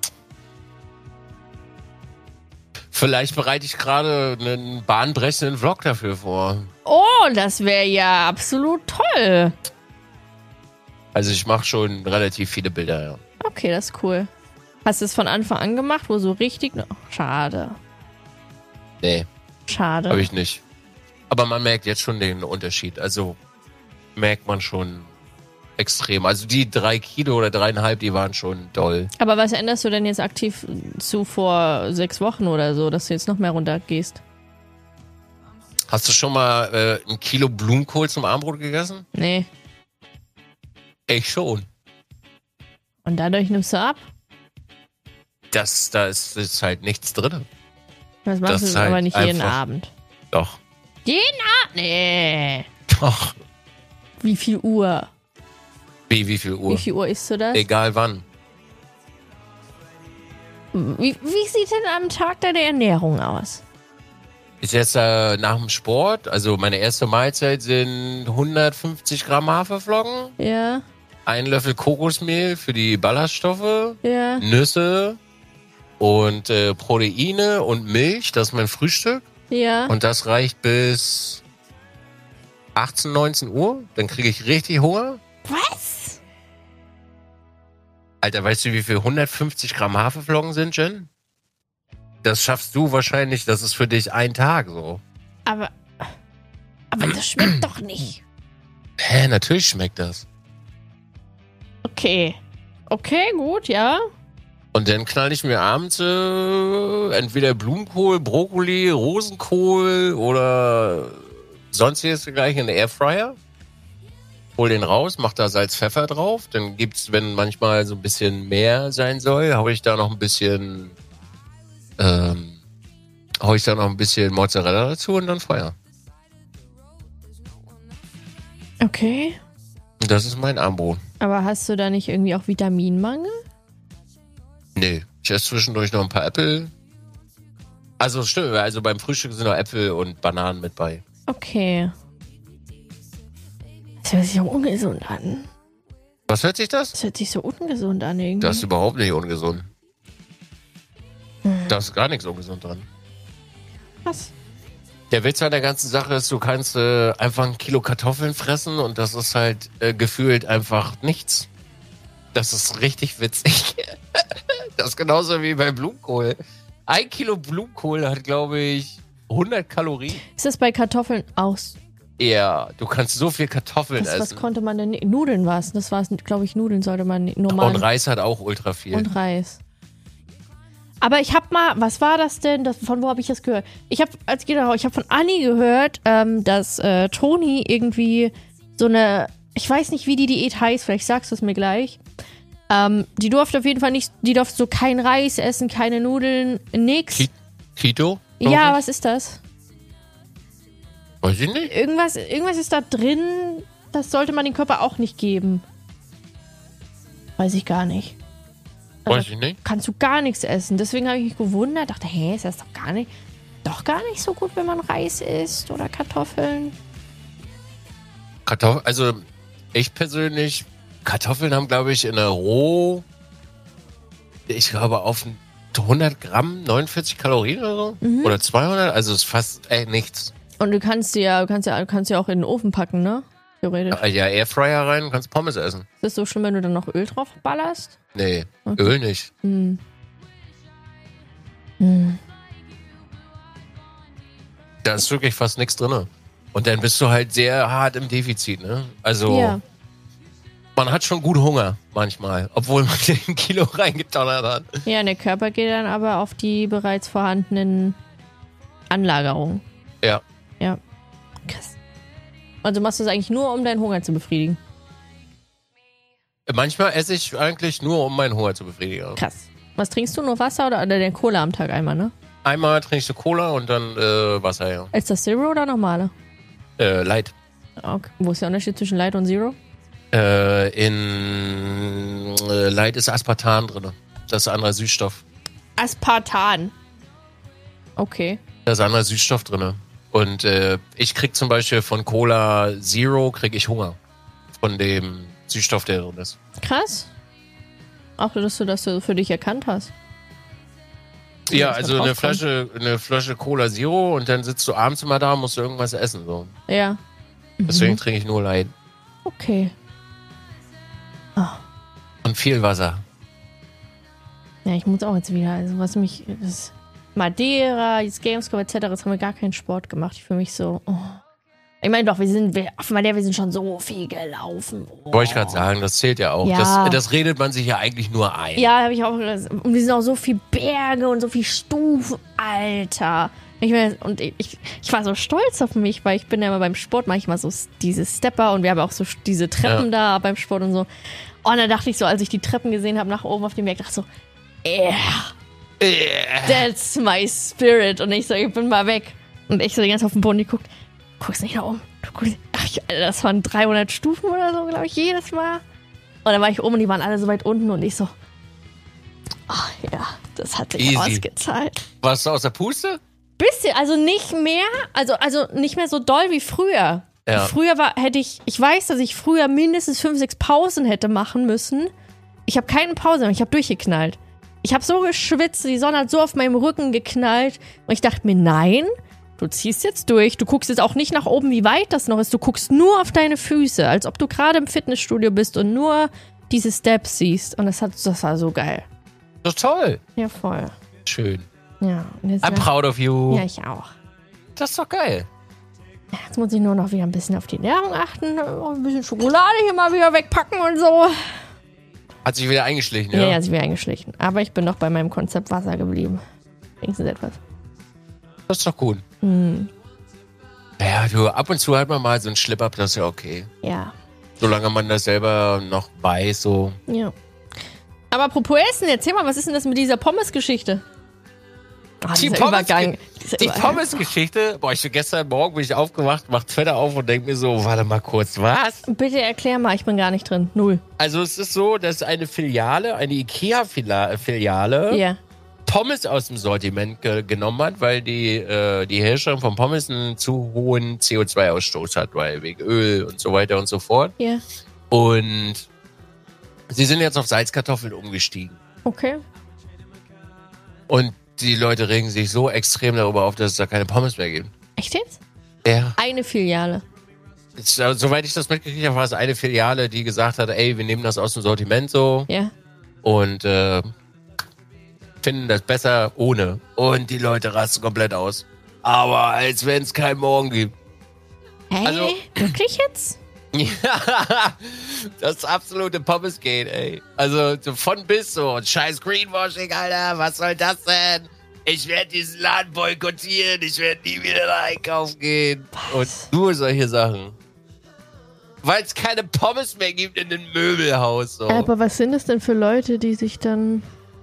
Vielleicht bereite ich gerade einen bahnbrechenden Vlog dafür vor. Oh, das wäre ja absolut toll. Also ich mache schon relativ viele Bilder, ja. Okay, das ist cool. Hast du es von Anfang an gemacht, wo so richtig... Oh, schade. Nee, Schade. habe ich nicht. Aber man merkt jetzt schon den Unterschied. Also merkt man schon extrem. Also die drei Kilo oder dreieinhalb, die waren schon doll. Aber was änderst du denn jetzt aktiv zu vor sechs Wochen oder so, dass du jetzt noch mehr runtergehst? Hast du schon mal äh, ein Kilo Blumenkohl zum Abendbrot gegessen? Nee. Ich schon. Und dadurch nimmst du ab? Das, da ist, ist halt nichts drin. Das machst Das du ist halt aber nicht jeden einfach- Abend. Doch. Jeden Abend? Nee. Doch. Wie viel Uhr? Wie, wie viel Uhr? Wie viel Uhr isst du das? Egal wann. Wie, wie sieht denn am Tag deine Ernährung aus? Ist jetzt äh, nach dem Sport, also meine erste Mahlzeit sind hundertfünfzig Gramm Haferflocken, Ja, ein Löffel Kokosmehl für die Ballaststoffe, ja, Nüsse und äh, Proteine und Milch, das ist mein Frühstück. ja. Und das reicht bis achtzehn, neunzehn Uhr. Dann kriege ich richtig Hunger. Was? Alter, weißt du, wie viel hundertfünfzig Gramm Haferflocken sind, Jen? Das schaffst du wahrscheinlich, das ist für dich ein Tag so. Aber, aber das schmeckt doch nicht. Hä, natürlich schmeckt das. Okay. Okay, gut, ja. Und dann knall ich mir abends äh, entweder Blumenkohl, Brokkoli, Rosenkohl oder sonstiges gleich in den Airfryer. Hol den raus, mach da Salz, Pfeffer drauf. Dann gibt's, wenn manchmal so ein bisschen mehr sein soll, hau ich da noch ein bisschen ähm, hau ich da noch ein bisschen Mozzarella dazu und dann Feuer. Okay. Und das ist mein Abendbrot. Aber hast du da nicht irgendwie auch Vitaminmangel? Nee, ich esse zwischendurch noch ein paar Äpfel. Also stimmt, also beim Frühstück sind noch Äpfel und Bananen mit bei. Okay. Das hört sich auch ungesund an. Was hört sich das? Das hört sich so ungesund an irgendwie. Das ist überhaupt nicht ungesund. Da ist gar nichts ungesund dran. Was? Der Witz an der ganzen Sache ist, du kannst äh, einfach ein Kilo Kartoffeln fressen und das ist halt äh, gefühlt einfach nichts. Das ist richtig witzig. Das ist genauso wie bei Blumenkohl. Ein Kilo Blumenkohl hat, glaube ich, hundert Kalorien. Ist das bei Kartoffeln aus? Ja, du kannst so viel Kartoffeln Was, was essen. konnte man denn? Nudeln war es. Das war es, glaube ich, Nudeln sollte man Und normal. Reis hat auch ultra viel. Und Reis. Aber ich habe mal, was war das denn? Das, von wo habe ich das gehört? Ich habe als genau, ich habe von Anni gehört, ähm, dass äh, Toni irgendwie so eine, ich weiß nicht, wie die Diät heißt, vielleicht sagst du es mir gleich. Ähm, die durfte auf jeden Fall nicht, die durfte so kein Reis essen, keine Nudeln, nix. Ki- Keto? glaub Ja, ich? was ist das? Weiß ich nicht. Irgendwas, irgendwas ist da drin, das sollte man dem Körper auch nicht geben. Weiß ich gar nicht. Also, Weiß ich nicht. kannst du gar nichts essen. Deswegen habe ich mich gewundert, dachte, hä, ist das doch gar nicht, doch gar nicht so gut, wenn man Reis isst oder Kartoffeln. Kartoffeln, also ich persönlich, Kartoffeln haben, glaube ich, in der Roh, ich glaube, auf hundert Gramm neunundvierzig Kalorien oder so. Mhm. Oder zweihundert, also ist fast äh, nichts. Und du kannst sie ja, du kannst ja, du kannst ja auch in den Ofen packen, ne? Theoretisch. Ja, Airfryer rein, kannst Pommes essen. Ist das so schlimm, wenn du dann noch Öl drauf ballerst? Nee, Okay. Öl nicht. Hm. Hm. Da ist wirklich fast nichts drin. Und dann bist du halt sehr hart im Defizit, ne? Also, Ja. man hat schon gut Hunger manchmal, obwohl man ein Kilo reingetonnert hat. Ja, und der Körper geht dann aber auf die bereits vorhandenen Anlagerungen. Ja. Ja. Krass. Also machst du es eigentlich nur, um deinen Hunger zu befriedigen. Manchmal esse ich eigentlich nur, um meinen Hunger zu befriedigen. Krass. Was trinkst du? Nur Wasser oder, oder den Cola am Tag einmal, ne? Einmal trinkst du Cola und dann äh, Wasser, ja. Ist das Zero oder normale? Äh, Light. Okay. Wo ist der Unterschied zwischen Light und Zero? Äh, in äh, Light ist Aspartam drin. Das ist ein anderer Süßstoff. Aspartan. Okay. Da ist anderer Süßstoff drin. Und äh, ich krieg zum Beispiel von Cola Zero krieg ich Hunger. Von dem Süßstoff, der drin ist. Krass. Auch, dass du das so für dich erkannt hast. Ja, also eine Flasche, eine Flasche Cola Zero und dann sitzt du abends immer da und musst du irgendwas essen. So. Ja. Deswegen Mhm. trinke ich nur Light. Okay. Oh. Und viel Wasser. Ja, ich muss auch jetzt wieder, also was mich, das Madeira, das Gamescom et cetera, das haben wir gar keinen Sport gemacht. Ich fühle mich so, oh. Ich meine doch, wir sind, wir, auf Madeira, wir sind schon so viel gelaufen. Oh. Wollte ich gerade sagen, das zählt ja auch. Ja. Das, das redet man sich ja eigentlich nur ein. Ja, habe ich auch. Und wir sind auch so viel Berge und so viel Stufen. Alter. Ich mein, und ich, ich war so stolz auf mich, weil ich bin ja immer beim Sport manchmal so diese Stepper und wir haben auch so diese Treppen ja. da beim Sport und so. Und dann dachte ich so, als ich die Treppen gesehen habe nach oben auf dem Berg, dachte ich so, yeah, yeah, that's my spirit. Und ich so, ich bin mal weg. Und ich so die ganze Zeit auf den Boden geguckt. Guckst nicht nach oben. Du guckst, ach, Alter, das waren dreihundert Stufen oder so, glaube ich, jedes Mal. Und dann war ich oben und die waren alle so weit unten und ich so, ach ja, das hat sich Easy. ausgezahlt. Warst du aus der Puste? Bisschen, also nicht mehr, also, also nicht mehr so doll wie früher. Ja. Früher war, hätte ich, ich weiß, dass ich früher mindestens fünf, sechs Pausen hätte machen müssen. Ich habe keine Pause, ich habe durchgeknallt. Ich habe so geschwitzt, die Sonne hat so auf meinem Rücken geknallt und ich dachte mir, nein, du ziehst jetzt durch, du guckst jetzt auch nicht nach oben, wie weit das noch ist, du guckst nur auf deine Füße, als ob du gerade im Fitnessstudio bist und nur diese Steps siehst. Und das, hat, das war so geil. Das ist toll. Ja, voll. Schön. Ja. Und jetzt I'm proud of you. Ja, ich auch. Das ist doch geil. Ja, jetzt muss ich nur noch wieder ein bisschen auf die Ernährung achten, ein bisschen Schokolade hier mal wieder wegpacken und so. Hat sich wieder eingeschlichen, ja? Ja, ja, hat sich wieder eingeschlichen. Aber ich bin noch bei meinem Konzept Wasser geblieben. Wenigstens etwas. Das ist doch gut. Hm. Ja, du, ab und zu hat man mal so einen Slip-Up, das ist ja okay. Ja. Solange man das selber noch weiß, so. Ja. Aber apropos Essen, erzähl mal, was ist denn das mit dieser Pommes-Geschichte? Oh, die Pommes-Geschichte, die Pommes boah, ich bin gestern Morgen bin ich aufgewacht, mach Twitter auf und denk mir so, warte mal kurz, was? Bitte erklär mal, ich bin gar nicht drin, null. Also es ist so, dass eine Filiale, eine Ikea-Filiale, ja. Pommes aus dem Sortiment ge- genommen hat, weil die, äh, die Herstellung von Pommes einen zu hohen C O zwei Ausstoß hat, weil wegen Öl und so weiter und so fort. Ja. Und sie sind jetzt auf Salzkartoffeln umgestiegen. Okay. Und die Leute regen sich so extrem darüber auf, dass es da keine Pommes mehr gibt. Echt jetzt? Ja. Eine Filiale. Jetzt, soweit ich das mitgekriegt habe, war es eine Filiale, die gesagt hat, ey, wir nehmen das aus dem Sortiment so. Ja. Und äh, finden das besser ohne. Und die Leute rasten komplett aus. Aber als wenn es keinen Morgen gibt. Hä? Also, wirklich jetzt? Ja, das absolute Pommes-Gate, ey. Also so von bis so. Und scheiß Greenwashing, Alter. Was soll das denn? Ich werde diesen Laden boykottieren. Ich werde nie wieder da einkaufen gehen. Was? Und nur solche Sachen. Weil es keine Pommes mehr gibt in dem Möbelhaus. So. Aber was sind es denn für Leute, die sich dann...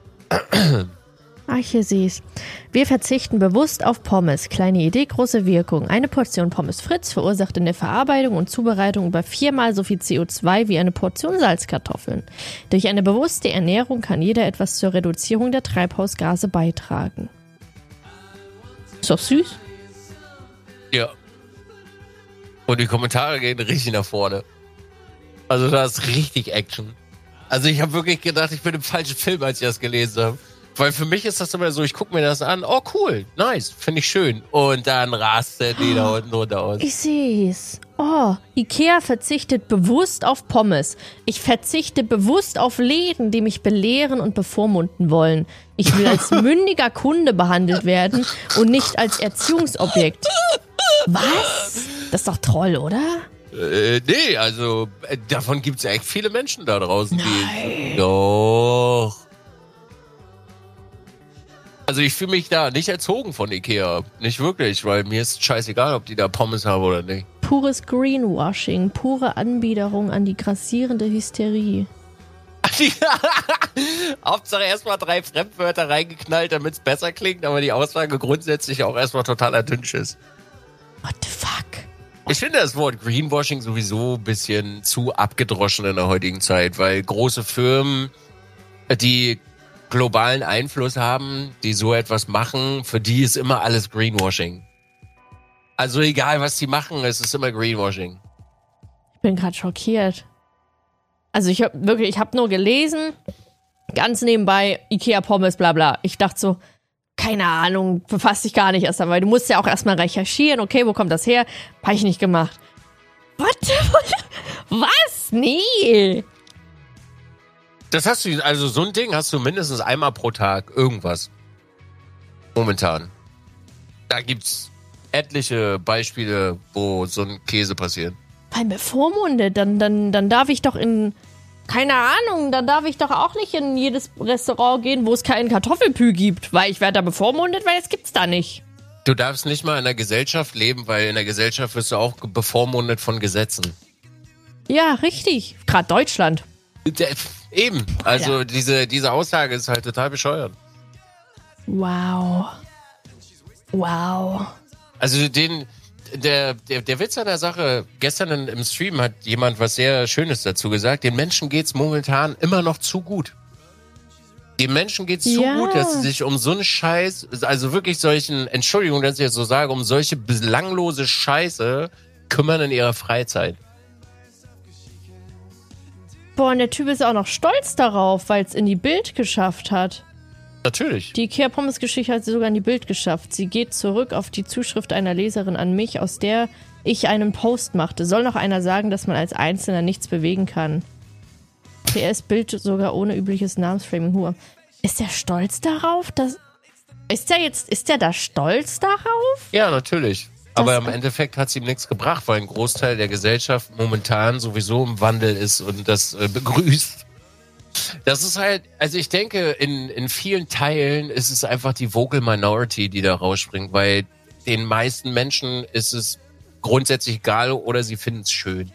Ach, hier siehst. Wir verzichten bewusst auf Pommes. Kleine Idee, große Wirkung. Eine Portion Pommes Fritz verursacht in der Verarbeitung und Zubereitung über viermal so viel C O zwei wie eine Portion Salzkartoffeln. Durch eine bewusste Ernährung kann jeder etwas zur Reduzierung der Treibhausgase beitragen. Ist doch süß. Ja. Und die Kommentare gehen richtig nach vorne. Also da ist richtig Action. Also ich habe wirklich gedacht, ich bin im falschen Film, als ich das gelesen habe. Weil für mich ist das immer so, ich gucke mir das an, oh cool, nice, finde ich schön. Und dann rastet die da unten runter aus. Ich seh's. Oh, Ikea verzichtet bewusst auf Pommes. Ich verzichte bewusst auf Läden, die mich belehren und bevormunden wollen. Ich will als mündiger Kunde behandelt werden und nicht als Erziehungsobjekt. Was? Das ist doch Troll, oder? Äh, nee, also äh, davon gibt's ja echt viele Menschen da draußen. Nein. Die, doch. Also ich fühle mich da nicht erzogen von Ikea. Nicht wirklich, weil mir ist scheißegal, ob die da Pommes haben oder nicht. Pures Greenwashing, pure Anbiederung an die grassierende Hysterie. Hauptsache erstmal drei Fremdwörter reingeknallt, damit es besser klingt, aber die Aussage grundsätzlich auch erstmal totaler Dünsch ist. What the fuck? Ich finde das Wort Greenwashing sowieso ein bisschen zu abgedroschen in der heutigen Zeit, weil große Firmen, die globalen Einfluss haben, die so etwas machen, für die ist immer alles Greenwashing. Also egal, was die machen, es ist immer Greenwashing. Ich bin gerade schockiert. Also ich habe wirklich, ich habe nur gelesen, ganz nebenbei, Ikea Pommes, bla bla. Ich dachte so, keine Ahnung, befasst dich gar nicht erst dabei. Du musst ja auch erstmal recherchieren, okay, wo kommt das her? Habe ich nicht gemacht. What? Was? Nee. Das hast du, also so ein Ding hast du mindestens einmal pro Tag irgendwas. Momentan. Da gibt's etliche Beispiele, wo so ein Käse passiert. Weil bevormundet, dann, dann, dann darf ich doch in, keine Ahnung, dann darf ich doch auch nicht in jedes Restaurant gehen, wo es keinen Kartoffelpü gibt, weil ich werde da bevormundet, weil es gibt's da nicht. Du darfst nicht mal in der Gesellschaft leben, weil in der Gesellschaft wirst du auch bevormundet von Gesetzen. Ja, richtig. Gerade Deutschland. Der, eben. Also ja. diese, diese Aussage ist halt total bescheuert. Wow. Wow. Also den, der, der, der Witz an der Sache, gestern in, im Stream hat jemand was sehr Schönes dazu gesagt, den Menschen geht's momentan immer noch zu gut. Den Menschen geht's zu ja. gut, dass sie sich um so einen Scheiß, also wirklich solchen, Entschuldigung, dass ich jetzt so sage, um solche belanglose Scheiße kümmern in ihrer Freizeit. Boah, und der Typ ist auch noch stolz darauf, weil es in die Bild geschafft hat. Natürlich. Die Ikea-Pommes-Geschichte hat sie sogar in die Bild geschafft. Sie geht zurück auf die Zuschrift einer Leserin an mich, aus der ich einen Post machte. Soll noch einer sagen, dass man als Einzelner nichts bewegen kann? P S Bild sogar ohne übliches Namensframing. Hur. Ist der stolz darauf? Dass ist der jetzt, ist der da stolz darauf? Ja, natürlich. Aber im Endeffekt hat es ihm nichts gebracht, weil ein Großteil der Gesellschaft momentan sowieso im Wandel ist und das äh, begrüßt. Das ist halt, also ich denke, in, in vielen Teilen ist es einfach die Vocal Minority, die da rausspringt, weil den meisten Menschen ist es grundsätzlich egal oder sie finden es schön.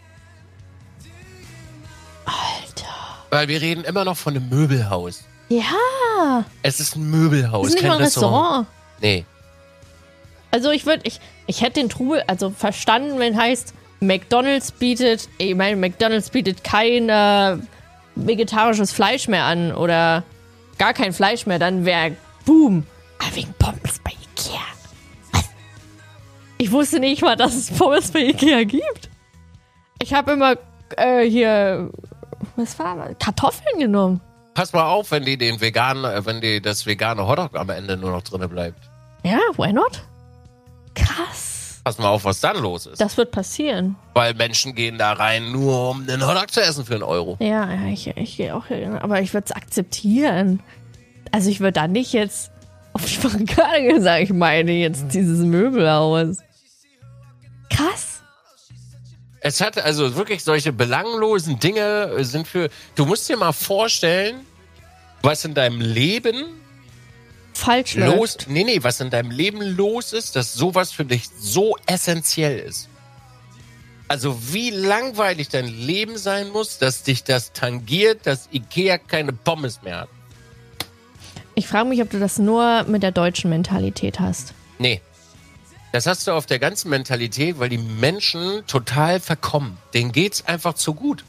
Alter. Weil wir reden immer noch von einem Möbelhaus. Ja. Es ist ein Möbelhaus, es ist nicht kein mal ein Restaurant. Restaurant. Nee. Also ich würde, ich, ich hätte den Trubel, also verstanden, wenn heißt, McDonald's bietet, ich meine, McDonald's bietet kein äh, vegetarisches Fleisch mehr an oder gar kein Fleisch mehr, dann wäre boom. Aber wegen Pommes bei Ikea. Was? Ich wusste nicht mal, dass es Pommes bei Ikea gibt. Ich habe immer äh, hier, was war das? Kartoffeln genommen. Pass mal auf, wenn die den veganen, wenn die das vegane Hotdog am Ende nur noch drin bleibt. Ja, why not? Krass. Pass mal auf, was dann los ist. Das wird passieren. Weil Menschen gehen da rein, nur um einen Hotdog zu essen für einen Euro. Ja, ja ich, ich gehe auch hin. Aber ich würde es akzeptieren. Also ich würde da nicht jetzt auf die Barrikade sagen, ich meine jetzt dieses Möbelhaus. Krass. Es hat also wirklich solche belanglosen Dinge sind für... Du musst dir mal vorstellen, was in deinem Leben... falsch los, läuft. Nee, nee, was in deinem Leben los ist, dass sowas für dich so essentiell ist. Also wie langweilig dein Leben sein muss, dass dich das tangiert, dass Ikea keine Pommes mehr hat. Ich frage mich, ob du das nur mit der deutschen Mentalität hast. Nee. Das hast du auf der ganzen Mentalität, weil die Menschen total verkommen. Denen geht's einfach zu gut.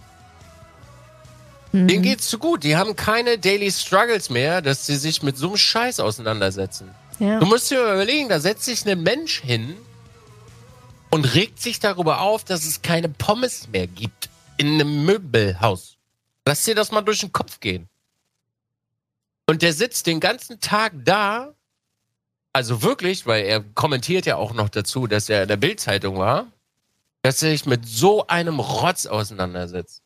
Mhm. Denen geht's zu gut. Die haben keine Daily Struggles mehr, dass sie sich mit so einem Scheiß auseinandersetzen. Ja. Du musst dir mal überlegen, da setzt sich ein Mensch hin und regt sich darüber auf, dass es keine Pommes mehr gibt in einem Möbelhaus. Lass dir das mal durch den Kopf gehen. Und der sitzt den ganzen Tag da, also wirklich, weil er kommentiert ja auch noch dazu, dass er in der Bild-Zeitung war, dass er sich mit so einem Rotz auseinandersetzt.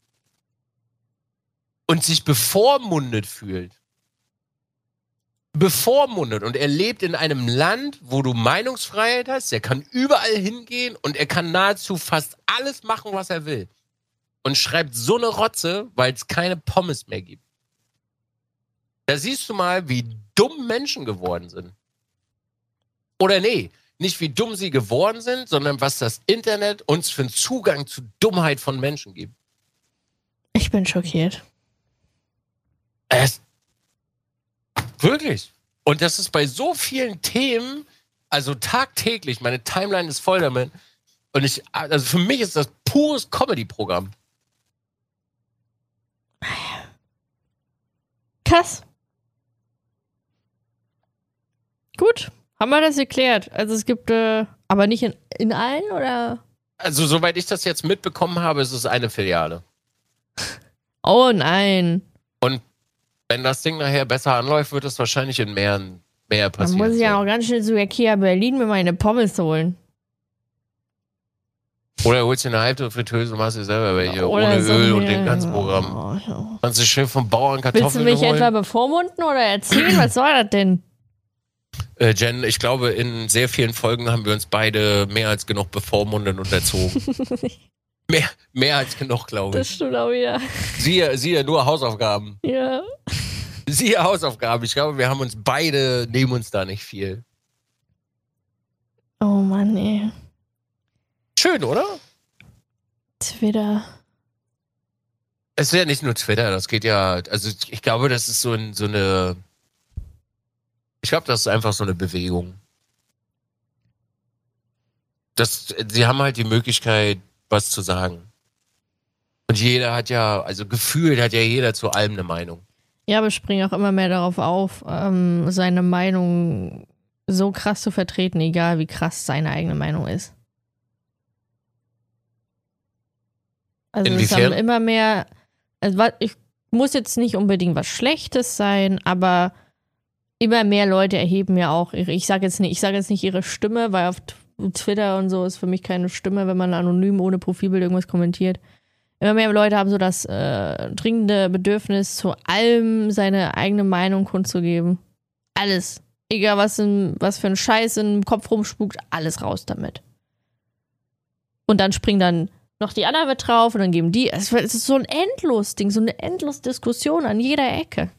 Und sich bevormundet fühlt. Bevormundet. Und er lebt in einem Land, wo du Meinungsfreiheit hast. Er kann überall hingehen und er kann nahezu fast alles machen, was er will. Und schreibt so eine Rotze, weil es keine Pommes mehr gibt. Da siehst du mal, wie dumm Menschen geworden sind. Oder nee, nicht wie dumm sie geworden sind, sondern was das Internet uns für einen Zugang zu Dummheit von Menschen gibt. Ich bin schockiert. Es, wirklich. Und das ist bei so vielen Themen, also tagtäglich, meine Timeline ist voll damit. Und ich, also für mich ist das pures Comedy-Programm. Krass. Gut, haben wir das geklärt. Also es gibt, äh, aber nicht in, in allen, oder? Also soweit ich das jetzt mitbekommen habe, ist es eine Filiale. Oh nein. Und wenn das Ding nachher besser anläuft, wird es wahrscheinlich in mehr, mehr Dann passieren. muss ich ja so. auch ganz schnell zu Ikea Berlin mir meine Pommes holen. Oder holst dir eine halbe Fritteuse und machst dir selber welche. Oder Ohne so Öl mir- und den ganzen Programm. Oh, ja. Kannst du schön vom Bauern Willst du Kartoffeln mich holen. etwa bevormunden oder erzählen? Was soll das denn? Äh, Jen, ich glaube, in sehr vielen Folgen haben wir uns beide mehr als genug bevormundet und erzogen. mehr, mehr als genug, glaube Das ich. stimmt auch wieder. Siehe, siehe nur Hausaufgaben. Ja. Siehe Hausaufgaben. Ich glaube, wir haben uns beide, nehmen uns da nicht viel. Oh Mann, ey. Schön, oder? Twitter. Es ist ja nicht nur Twitter, das geht ja, also ich glaube, das ist so, ein, so eine, ich glaube, das ist einfach so eine Bewegung. Das, sie haben halt die Möglichkeit, was zu sagen. Und jeder hat ja, also gefühlt hat ja jeder zu allem eine Meinung. Ja, aber ich springe auch immer mehr darauf auf, ähm, seine Meinung so krass zu vertreten, egal wie krass seine eigene Meinung ist. Also es Inwiefern? haben immer mehr, also wa- ich muss jetzt nicht unbedingt was Schlechtes sein, aber immer mehr Leute erheben ja auch ihre, ich sage jetzt nicht, ich sage jetzt nicht ihre Stimme, weil auf T- Twitter und so ist für mich keine Stimme, wenn man anonym ohne Profilbild irgendwas kommentiert. Immer mehr Leute haben so das äh, dringende Bedürfnis, zu allem seine eigene Meinung kundzugeben. Alles. Egal, was, in, was für ein Scheiß im Kopf rumspukt, alles raus damit. Und dann springen dann noch die anderen mit drauf und dann geben die. Es ist so ein Endlos-Ding, so eine Endlos-Diskussion an jeder Ecke.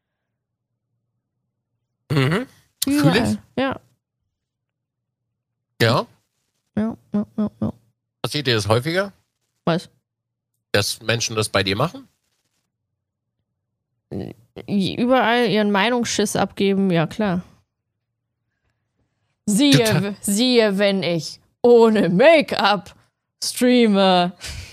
Mhm. Fühl Überall. ich. Ja. Ja. Ja, ja, ja, ja. Passiert dir das häufiger, Was? dass Menschen das bei dir machen? Überall ihren Meinungsschiss abgeben, ja klar. Siehe, Total. siehe, wenn ich ohne Make-up streame.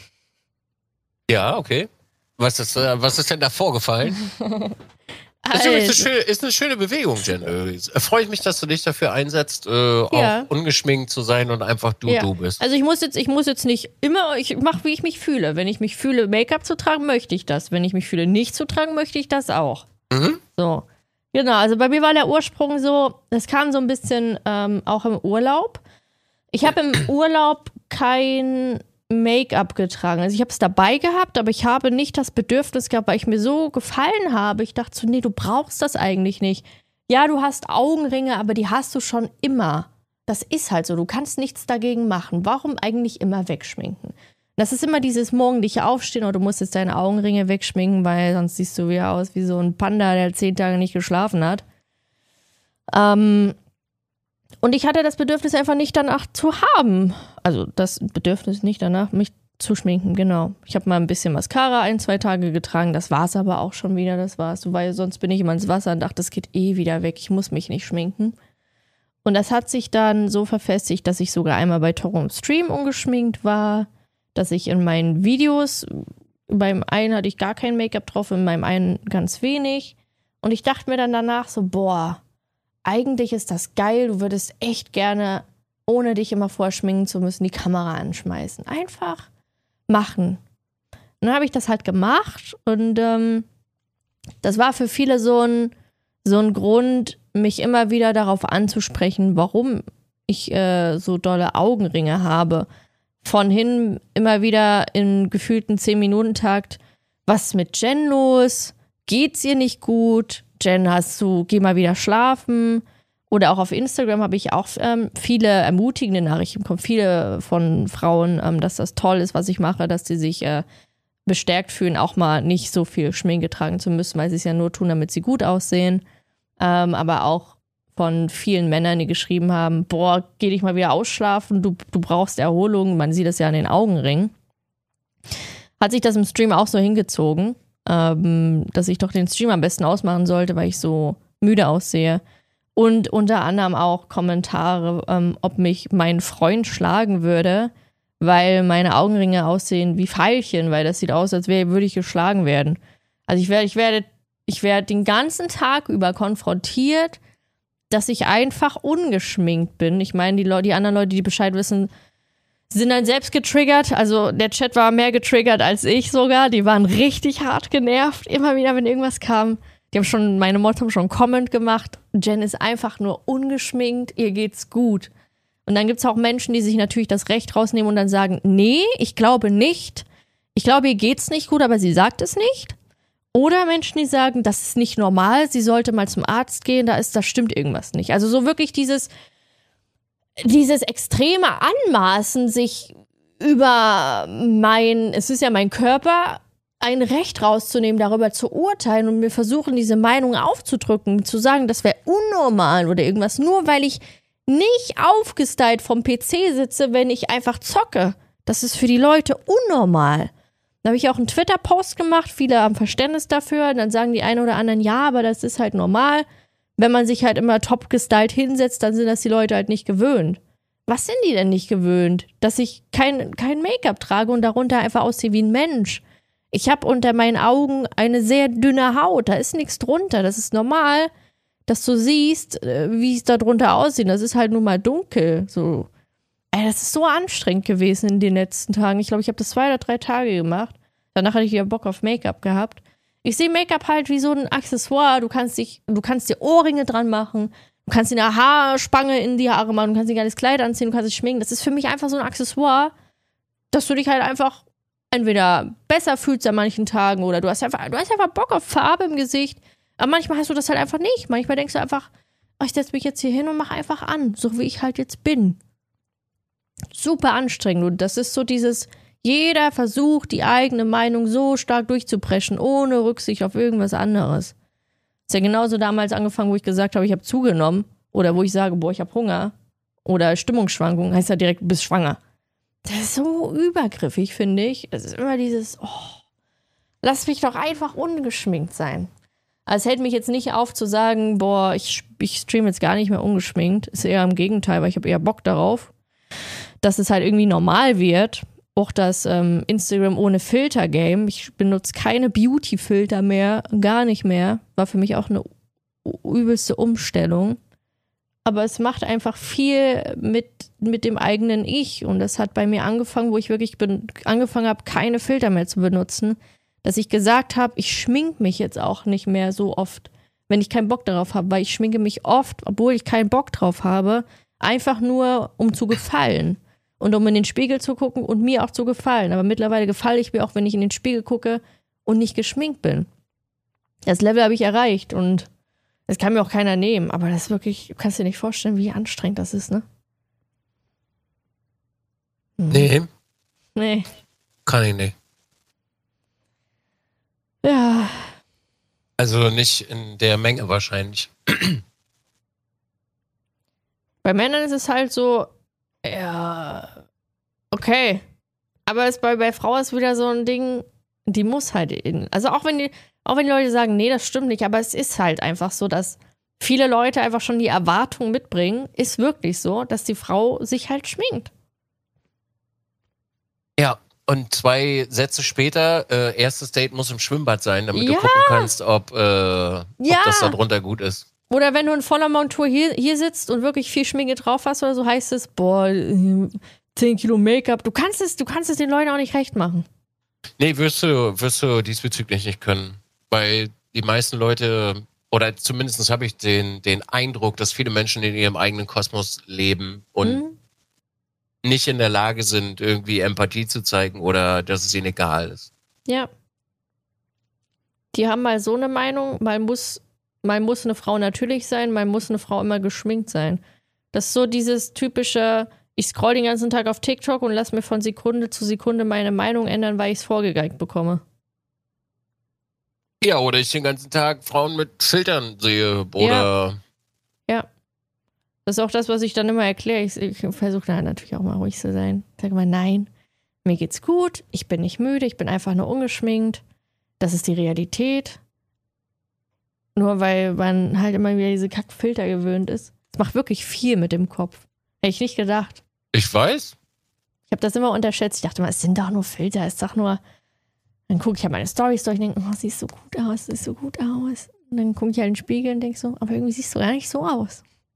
Ja, okay. Was ist, äh, was ist denn da vorgefallen? Das ist, übrigens eine Alter. schöne, ist eine schöne Bewegung, Jen. Äh, Freue ich mich, dass du dich dafür einsetzt, äh, Ja. auch ungeschminkt zu sein und einfach du Ja. du bist. Also ich muss jetzt, ich muss jetzt nicht immer, ich mache, wie ich mich fühle. Wenn ich mich fühle, Make-up zu tragen, möchte ich das. Wenn ich mich fühle, nicht zu tragen, möchte ich das auch. Mhm. So. Genau, also bei mir war der Ursprung so, das kam so ein bisschen ähm, auch im Urlaub. Ich habe im Urlaub kein Make-up getragen. Also ich habe es dabei gehabt, aber ich habe nicht das Bedürfnis gehabt, weil ich mir so gefallen habe. Ich dachte so, nee, du brauchst das eigentlich nicht. Ja, du hast Augenringe, aber die hast du schon immer. Das ist halt so, du kannst nichts dagegen machen. Warum eigentlich immer wegschminken? Das ist immer dieses morgendliche Aufstehen, oder du musst jetzt deine Augenringe wegschminken, weil sonst siehst du wieder aus wie so ein Panda, der zehn Tage nicht geschlafen hat. Ähm, und ich hatte das Bedürfnis einfach nicht danach zu haben. Also das Bedürfnis nicht danach, mich zu schminken, genau. Ich habe mal ein bisschen Mascara ein, zwei Tage getragen, das war es aber auch schon wieder, das war's. Weil sonst bin ich immer ins Wasser und dachte, das geht eh wieder weg, ich muss mich nicht schminken. Und das hat sich dann so verfestigt, dass ich sogar einmal bei Toro im Stream ungeschminkt war, dass ich in meinen Videos, beim einen hatte ich gar kein Make-up drauf, in meinem einen ganz wenig. Und ich dachte mir dann danach so, boah, eigentlich ist das geil, du würdest echt gerne, ohne dich immer vorschminken zu müssen, die Kamera anschmeißen. Einfach machen. Und dann habe ich das halt gemacht und ähm, das war für viele so ein, so ein Grund, mich immer wieder darauf anzusprechen, warum ich äh, so dolle Augenringe habe. Von hin immer wieder in gefühlten zehn-Minuten-Takt, was ist mit Jen los? Geht's ihr nicht gut? Jen, hast du, geh mal wieder schlafen. Oder auch auf Instagram habe ich auch ähm, viele ermutigende Nachrichten bekommen, viele von Frauen, ähm, dass das toll ist, was ich mache, dass sie sich äh, bestärkt fühlen, auch mal nicht so viel Schminke tragen zu müssen, weil sie es ja nur tun, damit sie gut aussehen. Ähm, aber auch von vielen Männern, die geschrieben haben, boah, geh dich mal wieder ausschlafen, du, du brauchst Erholung, man sieht das ja an den Augenringen. Hat sich das im Stream auch so hingezogen, ähm, dass ich doch den Stream am besten ausmachen sollte, weil ich so müde aussehe. Und unter anderem auch Kommentare, ähm, ob mich mein Freund schlagen würde, weil meine Augenringe aussehen wie Veilchen, weil das sieht aus, als wäre, würde ich geschlagen werden. Also ich werde, ich werde, ich werde den ganzen Tag über konfrontiert, dass ich einfach ungeschminkt bin. Ich meine, die, Le- die anderen Leute, die Bescheid wissen, sind dann selbst getriggert. Also der Chat war mehr getriggert als ich sogar. Die waren richtig hart genervt. Immer wieder, wenn irgendwas kam. Die haben schon, meine Mods haben schon einen Comment gemacht. Jen ist einfach nur ungeschminkt, ihr geht's gut. Und dann gibt's auch Menschen, die sich natürlich das Recht rausnehmen und dann sagen, nee, ich glaube nicht. Ich glaube, ihr geht's nicht gut, aber sie sagt es nicht. Oder Menschen, die sagen, das ist nicht normal, sie sollte mal zum Arzt gehen, da ist, da stimmt irgendwas nicht. Also so wirklich dieses, dieses extreme Anmaßen, sich über mein, es ist ja mein Körper, ein Recht rauszunehmen, darüber zu urteilen und mir versuchen, diese Meinung aufzudrücken, zu sagen, das wäre unnormal oder irgendwas, nur weil ich nicht aufgestylt vom P C sitze, wenn ich einfach zocke. Das ist für die Leute unnormal. Da habe ich auch einen Twitter-Post gemacht, viele haben Verständnis dafür, dann sagen die einen oder anderen, ja, aber das ist halt normal. Wenn man sich halt immer top gestylt hinsetzt, dann sind das die Leute halt nicht gewöhnt. Was sind die denn nicht gewöhnt? Dass ich kein, kein Make-up trage und darunter einfach aussehe wie ein Mensch. Ich habe unter meinen Augen eine sehr dünne Haut, da ist nichts drunter. Das ist normal, dass du siehst, wie es da drunter aussieht. Das ist halt nur mal dunkel. So. Ey, das ist so anstrengend gewesen in den letzten Tagen. Ich glaube, ich habe das zwei oder drei Tage gemacht. Danach hatte ich wieder Bock auf Make-up gehabt. Ich sehe Make-up halt wie so ein Accessoire. Du kannst dich, du kannst dir Ohrringe dran machen, du kannst dir eine Haarspange in die Haare machen, du kannst dir ein geiles Kleid anziehen, du kannst dich schminken. Das ist für mich einfach so ein Accessoire, dass du dich halt einfach entweder besser fühlst an manchen Tagen oder du hast einfach, du hast einfach Bock auf Farbe im Gesicht. Aber manchmal hast du das halt einfach nicht. Manchmal denkst du einfach, oh, ich setze mich jetzt hier hin und mache einfach an, so wie ich halt jetzt bin. Super anstrengend. Und das ist so dieses, jeder versucht, die eigene Meinung so stark durchzupreschen, ohne Rücksicht auf irgendwas anderes. Ist ja genauso damals angefangen, wo ich gesagt habe, ich habe zugenommen. Oder wo ich sage, boah, ich habe Hunger. Oder Stimmungsschwankungen, heißt ja direkt, du bist schwanger. Das ist so übergriffig, finde ich. Es ist immer dieses, oh, lass mich doch einfach ungeschminkt sein. Also es hält mich jetzt nicht auf zu sagen, boah, ich, ich streame jetzt gar nicht mehr ungeschminkt. Ist eher im Gegenteil, weil ich habe eher Bock darauf, dass es halt irgendwie normal wird. Auch das ähm, Instagram ohne Filter-Game. Ich benutze keine Beauty-Filter mehr, gar nicht mehr. War für mich auch eine übelste Umstellung. Aber es macht einfach viel mit, mit dem eigenen Ich. Und das hat bei mir angefangen, wo ich wirklich ben- angefangen habe, keine Filter mehr zu benutzen. Dass ich gesagt habe, ich schminke mich jetzt auch nicht mehr so oft, wenn ich keinen Bock darauf habe. Weil ich schminke mich oft, obwohl ich keinen Bock drauf habe, einfach nur, um zu gefallen. Und um in den Spiegel zu gucken und mir auch zu gefallen. Aber mittlerweile gefalle ich mir auch, wenn ich in den Spiegel gucke und nicht geschminkt bin. Das Level habe ich erreicht und das kann mir auch keiner nehmen. Aber das ist wirklich, du kannst dir nicht vorstellen, wie anstrengend das ist, ne? Hm. Nee. Nee. Kann ich nicht. Ja. Also nicht in der Menge wahrscheinlich. Bei Männern ist es halt so, ja, okay. Aber es bei, bei Frau ist wieder so ein Ding, die muss halt in. Also auch wenn die, auch wenn die Leute sagen, nee, das stimmt nicht, aber es ist halt einfach so, dass viele Leute einfach schon die Erwartung mitbringen, ist wirklich so, dass die Frau sich halt schminkt. Ja, und zwei Sätze später, äh, erstes Date muss im Schwimmbad sein, damit Ja. du gucken kannst, ob, äh, Ja. ob das da drunter gut ist. Oder wenn du in voller Montur hier, hier sitzt und wirklich viel Schminke drauf hast oder so, heißt es, boah, zehn Kilo Make-up. Du kannst es, du kannst es den Leuten auch nicht recht machen. Nee, wirst du, wirst du diesbezüglich nicht können. Weil die meisten Leute, oder zumindest habe ich den, den Eindruck, dass viele Menschen in ihrem eigenen Kosmos leben und Mhm. nicht in der Lage sind, irgendwie Empathie zu zeigen oder dass es ihnen egal ist. Ja. Die haben mal so eine Meinung, mal muss, mal muss eine Frau natürlich sein, mal muss eine Frau immer geschminkt sein. Das ist so dieses typische, ich scroll den ganzen Tag auf TikTok und lass mir von Sekunde zu Sekunde meine Meinung ändern, weil ich es vorgegeigt bekomme. Ja, oder ich den ganzen Tag Frauen mit Filtern sehe oder... Ja. Das ist auch das, was ich dann immer erkläre. Ich, ich versuche da natürlich auch mal ruhig zu sein. Ich sage immer, nein, mir geht's gut, ich bin nicht müde, ich bin einfach nur ungeschminkt. Das ist die Realität. Nur weil man halt immer wieder diese Kackfilter gewöhnt ist. Es macht wirklich viel mit dem Kopf. Hätte ich nicht gedacht. Ich weiß. Ich habe das immer unterschätzt. Ich dachte mal, es sind doch nur Filter, es ist doch nur... Dann gucke ich halt meine Storys durch und denke, oh, siehst so gut aus, siehst so gut aus. Und dann gucke ich halt in den Spiegel und denke so, aber irgendwie siehst du gar nicht so aus.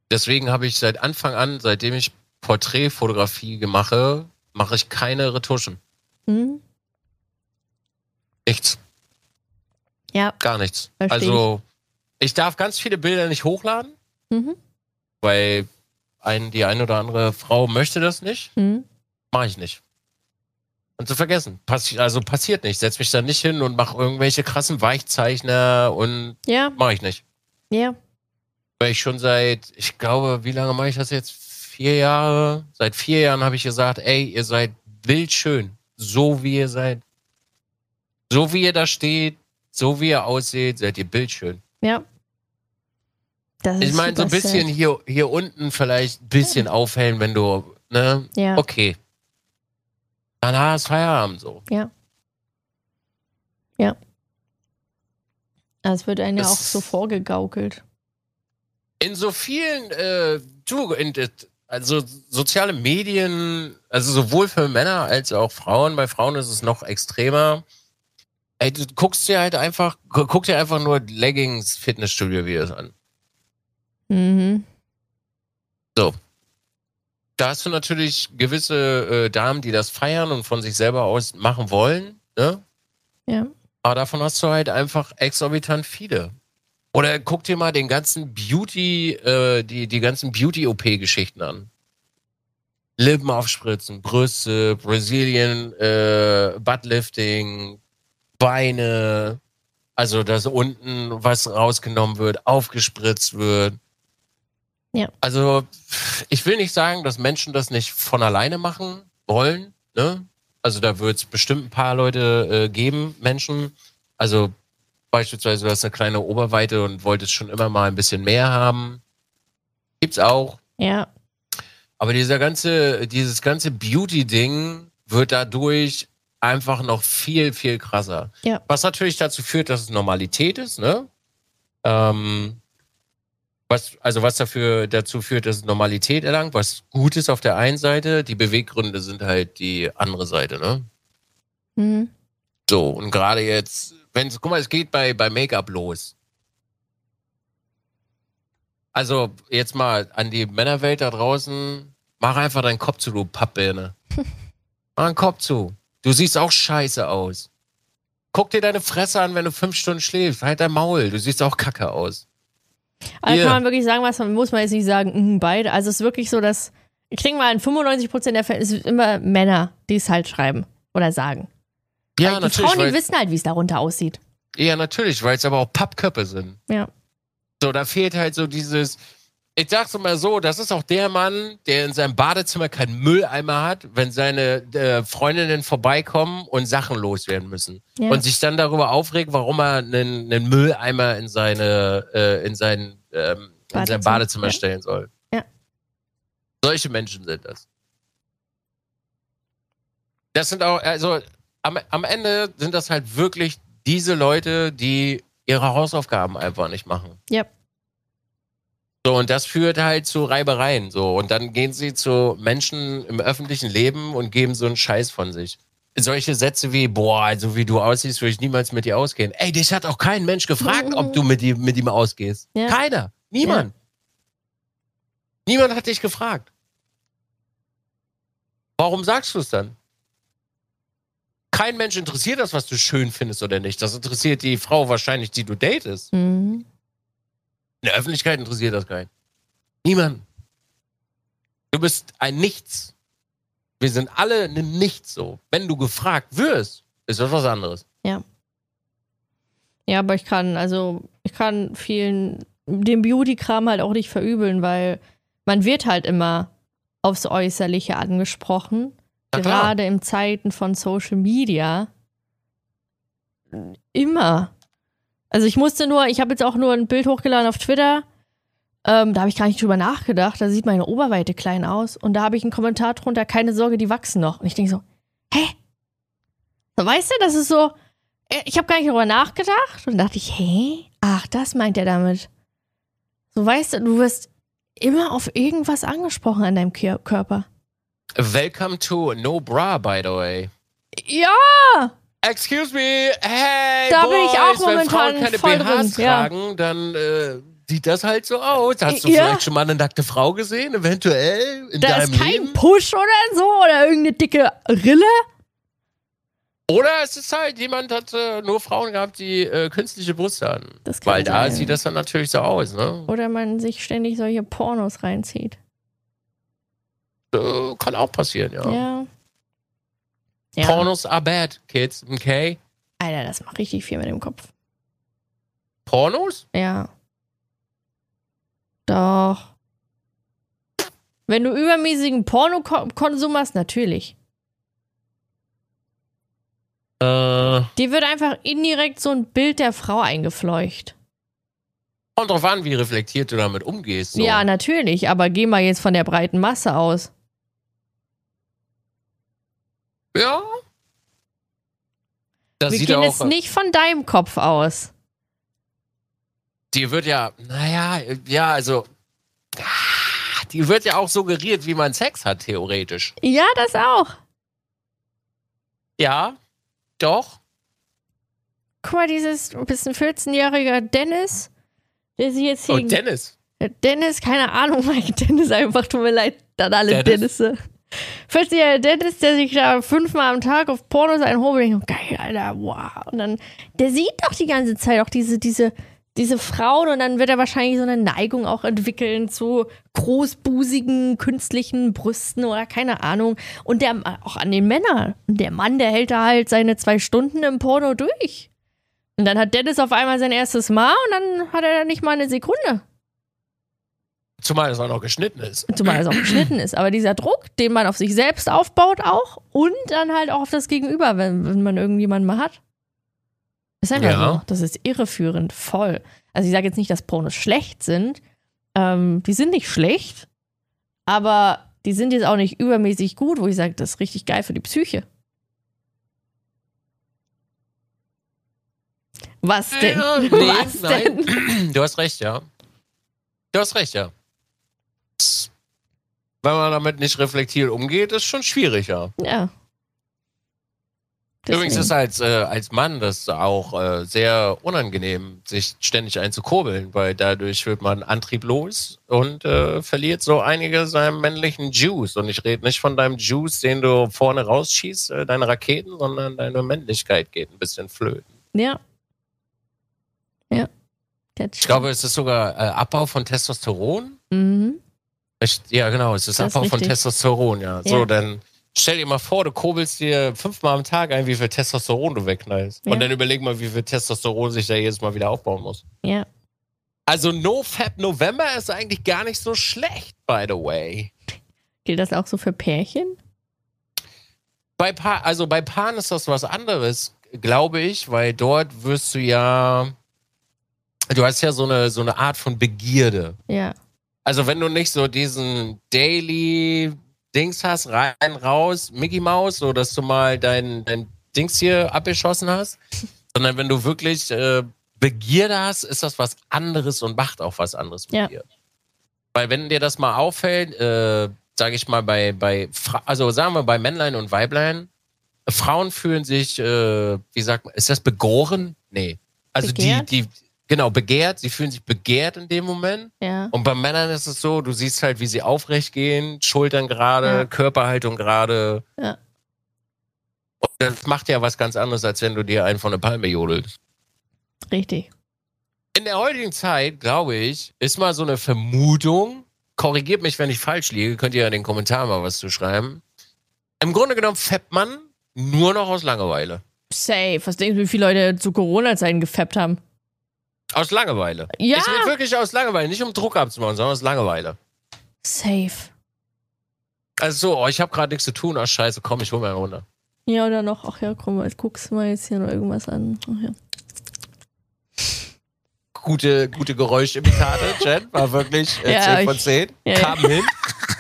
Deswegen habe ich seit Anfang an, seitdem ich Porträtfotografie mache, mache ich keine Retuschen. Mhm. Nichts. Ja. Gar nichts. Versteh Also, ich darf ganz viele Bilder nicht hochladen, Mhm. weil ein, die eine oder andere Frau möchte das nicht. Mhm. Mache ich nicht. Und zu vergessen. Passi also passiert nicht. Setz mich da nicht hin und mache irgendwelche krassen Weichzeichner und Ja. mache ich nicht. Ja. Weil ich schon seit, ich glaube, wie lange mache ich das jetzt? Vier Jahre. Seit vier Jahren habe ich gesagt, ey, ihr seid bildschön. So wie ihr seid. So wie ihr da steht, so wie ihr aussieht, seid ihr bildschön. Ja. Das Ich ist meine, so ein super bisschen sad. hier, hier unten vielleicht ein bisschen aufhellen, wenn du, ne? Ja. Okay. Dann hast du Feierabend so. Ja. Ja. Es wird einem ja Das- auch so vorgegaukelt. In so vielen, äh, du, in, also soziale Medien, also sowohl für Männer als auch Frauen, bei Frauen ist es noch extremer. Ey, du guckst dir halt einfach, gu- guck dir einfach nur Leggings Fitnessstudio-Videos an. Mhm. Da hast du natürlich gewisse äh, Damen, die das feiern und von sich selber aus machen wollen, ne? Ja. Aber davon hast du halt einfach exorbitant viele. Oder guck dir mal den ganzen Beauty, äh, die, die ganzen Beauty-O P-Geschichten an. Lippen aufspritzen, Brüste, Brazilian, äh, Buttlifting, Beine, also dass unten was rausgenommen wird, aufgespritzt wird. Ja. Also ich will nicht sagen, dass Menschen das nicht von alleine machen wollen, ne? Also da wird es bestimmt ein paar Leute äh, geben, Menschen. Also beispielsweise, du hast eine kleine Oberweite und wolltest schon immer mal ein bisschen mehr haben. Gibt's auch. Ja. Aber dieser ganze, dieses ganze Beauty-Ding wird dadurch einfach noch viel, viel krasser. Ja. Was natürlich dazu führt, dass es Normalität ist, ne? Ähm, was, also was dafür dazu führt, dass es Normalität erlangt, was gut ist auf der einen Seite, die Beweggründe sind halt die andere Seite, ne? Mhm. So, und gerade jetzt, wenn guck mal, es geht bei, bei Make-up los. Also, jetzt mal an die Männerwelt da draußen, mach einfach deinen Kopf zu, du Pappbirne. Mach den Kopf zu. Du siehst auch scheiße aus. Guck dir deine Fresse an, wenn du fünf Stunden schläfst. Halt dein Maul, du siehst auch kacke aus. Also Hier. kann man wirklich sagen, was man muss man jetzt nicht sagen, mh, beide. Also es ist wirklich so, dass ich kriege mal in fünfundneunzig Prozent der Fälle, es sind immer Männer, die es halt schreiben oder sagen. Ja, Weil die natürlich. Frauen, die Weil, wissen halt, wie es darunter aussieht. ja, natürlich, weil es aber auch Pappköpfe sind. Ja. So, da fehlt halt so dieses, ich sag's mal so, das ist auch der Mann, der in seinem Badezimmer keinen Mülleimer hat, wenn seine äh, Freundinnen vorbeikommen und Sachen loswerden müssen. Ja. Und sich dann darüber aufregt, warum er einen, einen Mülleimer in seine, äh, in sein, ähm, in sein Badezimmer, Badezimmer ja. stellen soll. Ja. Solche Menschen sind das. Das sind auch, also am, am Ende sind das halt wirklich diese Leute, die ihre Hausaufgaben einfach nicht machen. Ja. So, und das führt halt zu Reibereien. So, und dann gehen sie zu Menschen im öffentlichen Leben und geben so einen Scheiß von sich. Solche Sätze wie, boah, also wie du aussiehst, würde ich niemals mit dir ausgehen. Ey, dich hat auch kein Mensch gefragt, ob du mit ihm, mit ihm ausgehst. Ja. Keiner. Niemand. Niemand hat dich gefragt. Warum sagst du es dann? Kein Mensch interessiert das, was du schön findest oder nicht. Das interessiert die Frau wahrscheinlich, die du datest. Mhm. In der Öffentlichkeit interessiert das keinen. Niemand. Du bist ein Nichts. Wir sind alle ein Nichts so. Wenn du gefragt wirst, ist das was anderes. Ja. Ja, aber ich kann, also, ich kann vielen den Beauty-Kram halt auch nicht verübeln, weil man wird halt immer aufs Äußerliche angesprochen. Na klar. Gerade in Zeiten von Social Media. Immer. Also ich musste nur, ich habe jetzt auch nur ein Bild hochgeladen auf Twitter. Ähm, da habe ich gar nicht drüber nachgedacht. Da sieht meine Oberweite klein aus. Und da habe ich einen Kommentar drunter, keine Sorge, die wachsen noch. Und ich denke so, hä? So, weißt du, das ist so, ich habe gar nicht darüber nachgedacht. Und dachte ich, hä? Ach, das meint er damit. So, weißt du, du wirst immer auf irgendwas angesprochen an deinem Kör- Körper. Welcome to No Bra, by the way. Ja! Excuse me, hey, Da boys, bin ich auch wenn momentan Frauen keine voll B Hs drin, ja. tragen, dann äh, sieht das halt so aus. Hast du Ja. vielleicht schon mal eine nackte Frau gesehen, eventuell in Da deinem ist kein Leben? Push oder so oder irgendeine dicke Rille. Oder es ist halt, jemand hat äh, nur Frauen gehabt, die äh, künstliche Brüste hatten. Das kann Weil da sein. sieht das dann natürlich so aus, ne? Oder man sich ständig solche Pornos reinzieht. Äh, kann auch passieren, ja. Ja. Ja. Pornos are bad, kids, okay? Alter, das macht richtig viel mit dem Kopf. Pornos? Ja. Doch. Wenn du übermäßigen Pornokonsum hast, natürlich. Äh, Dir wird einfach indirekt so ein Bild der Frau eingefleucht. kommt drauf an, wie reflektiert du damit umgehst. So. Ja, natürlich, aber geh mal jetzt von der breiten Masse aus. Ja. Das Wir sieht gehen auch, jetzt nicht von deinem Kopf aus. die wird ja, naja, ja, also, ah, die wird ja auch suggeriert, wie man Sex hat, theoretisch. Ja, das auch. Ja, doch. Guck mal, dieses bis ein vierzehn-jähriger Dennis, der sich jetzt hier... Oh, Dennis. Dennis, keine Ahnung, Mike Dennis einfach, tut mir leid, dann alle Dennis? Dennisse. vierzig-jähriger Dennis, der sich da fünfmal am Tag auf Pornos einhobelt, und geil, Alter, wow. Und dann, der sieht doch die ganze Zeit auch diese, diese, diese Frauen und dann wird er wahrscheinlich so eine Neigung auch entwickeln zu großbusigen, künstlichen Brüsten oder keine Ahnung. Und der, auch an den Männern. Und der Mann, der hält da halt seine zwei Stunden im Porno durch. Und dann hat Dennis auf einmal sein erstes Mal und dann hat er nicht mal eine Sekunde. Zumal es auch noch geschnitten ist. Zumal es auch geschnitten ist. Aber dieser Druck, den man auf sich selbst aufbaut auch und dann halt auch auf das Gegenüber, wenn, wenn man irgendjemanden mal hat. Ist einfach Ja. so. Das ist irreführend, voll. Also ich sage jetzt nicht, dass Pornos schlecht sind. Ähm, die sind nicht schlecht, aber die sind jetzt auch nicht übermäßig gut, wo ich sage, das ist richtig geil für die Psyche. Was denn? Ja, nee, Was nein. denn? Du hast recht, ja. Du hast recht, ja. Wenn man damit nicht reflektiert umgeht, ist schon schwierig, ja. Ja. Übrigens Deswegen. ist als, äh, als Mann das auch äh, sehr unangenehm, sich ständig einzukurbeln, weil dadurch wird man antrieblos und äh, verliert so einige seinem männlichen Juice. Und ich rede nicht von deinem Juice, den du vorne rausschießt, äh, deine Raketen, sondern deine Männlichkeit geht ein bisschen flöten. Ja. Ja. Ich glaube, es ist sogar äh, Abbau von Testosteron. Mhm. Ich, ja, genau, es ist Das ist Abbau von richtig. Testosteron, ja. So, Ja. dann stell dir mal vor, du kurbelst dir fünfmal am Tag ein, wie viel Testosteron du wegknallst. Ja. Und dann überleg mal, wie viel Testosteron sich da jedes Mal wieder aufbauen muss. Ja. Also No Fab November ist eigentlich gar nicht so schlecht, by the way. Gilt das auch so für Pärchen? Bei pa also bei Paaren ist das was anderes, glaube ich, weil dort wirst du ja, du hast ja so eine, so eine Art von Begierde. Ja. Also wenn du nicht so diesen Daily Dings hast, rein, raus, Mickey Mouse, so dass du mal dein, dein Dings hier abgeschossen hast, sondern wenn du wirklich äh, Begierde hast, ist das was anderes und macht auch was anderes mit Ja. dir. Weil wenn dir das mal auffällt, äh, sage ich mal bei, bei Fra also sagen wir bei Männlein und Weiblein, Frauen fühlen sich, äh, wie sagt man, ist das begoren? Nee. Also Begehrt? die, die, genau, begehrt, sie fühlen sich begehrt in dem Moment. Ja. Und bei Männern ist es so, du siehst halt, wie sie aufrecht gehen, Schultern gerade, Ja. Körperhaltung gerade. Ja. Und das macht ja was ganz anderes, als wenn du dir einen von der Palme jodelst. Richtig. In der heutigen Zeit, glaube ich, ist mal so eine Vermutung, korrigiert mich, wenn ich falsch liege, könnt ihr ja in den Kommentaren mal was zu schreiben. Im Grunde genommen fappt man nur noch aus Langeweile. Safe. Was denkst du, wie viele Leute zu Corona-Zeiten gefappt haben? Aus Langeweile. Ja. Es wird wirklich aus Langeweile, nicht um Druck abzumachen, sondern aus Langeweile. Safe. Also so, oh, ich habe gerade nichts zu tun, ach scheiße, komm, ich hol mir eine runter. Ja, oder noch, ach ja, komm mal, jetzt guckst du mal jetzt hier noch irgendwas an. Ach ja. Gute, gute Geräuschimitate, Jen, war wirklich äh, Ja, zehn von ich- zehn. ja, ja. Kam hin.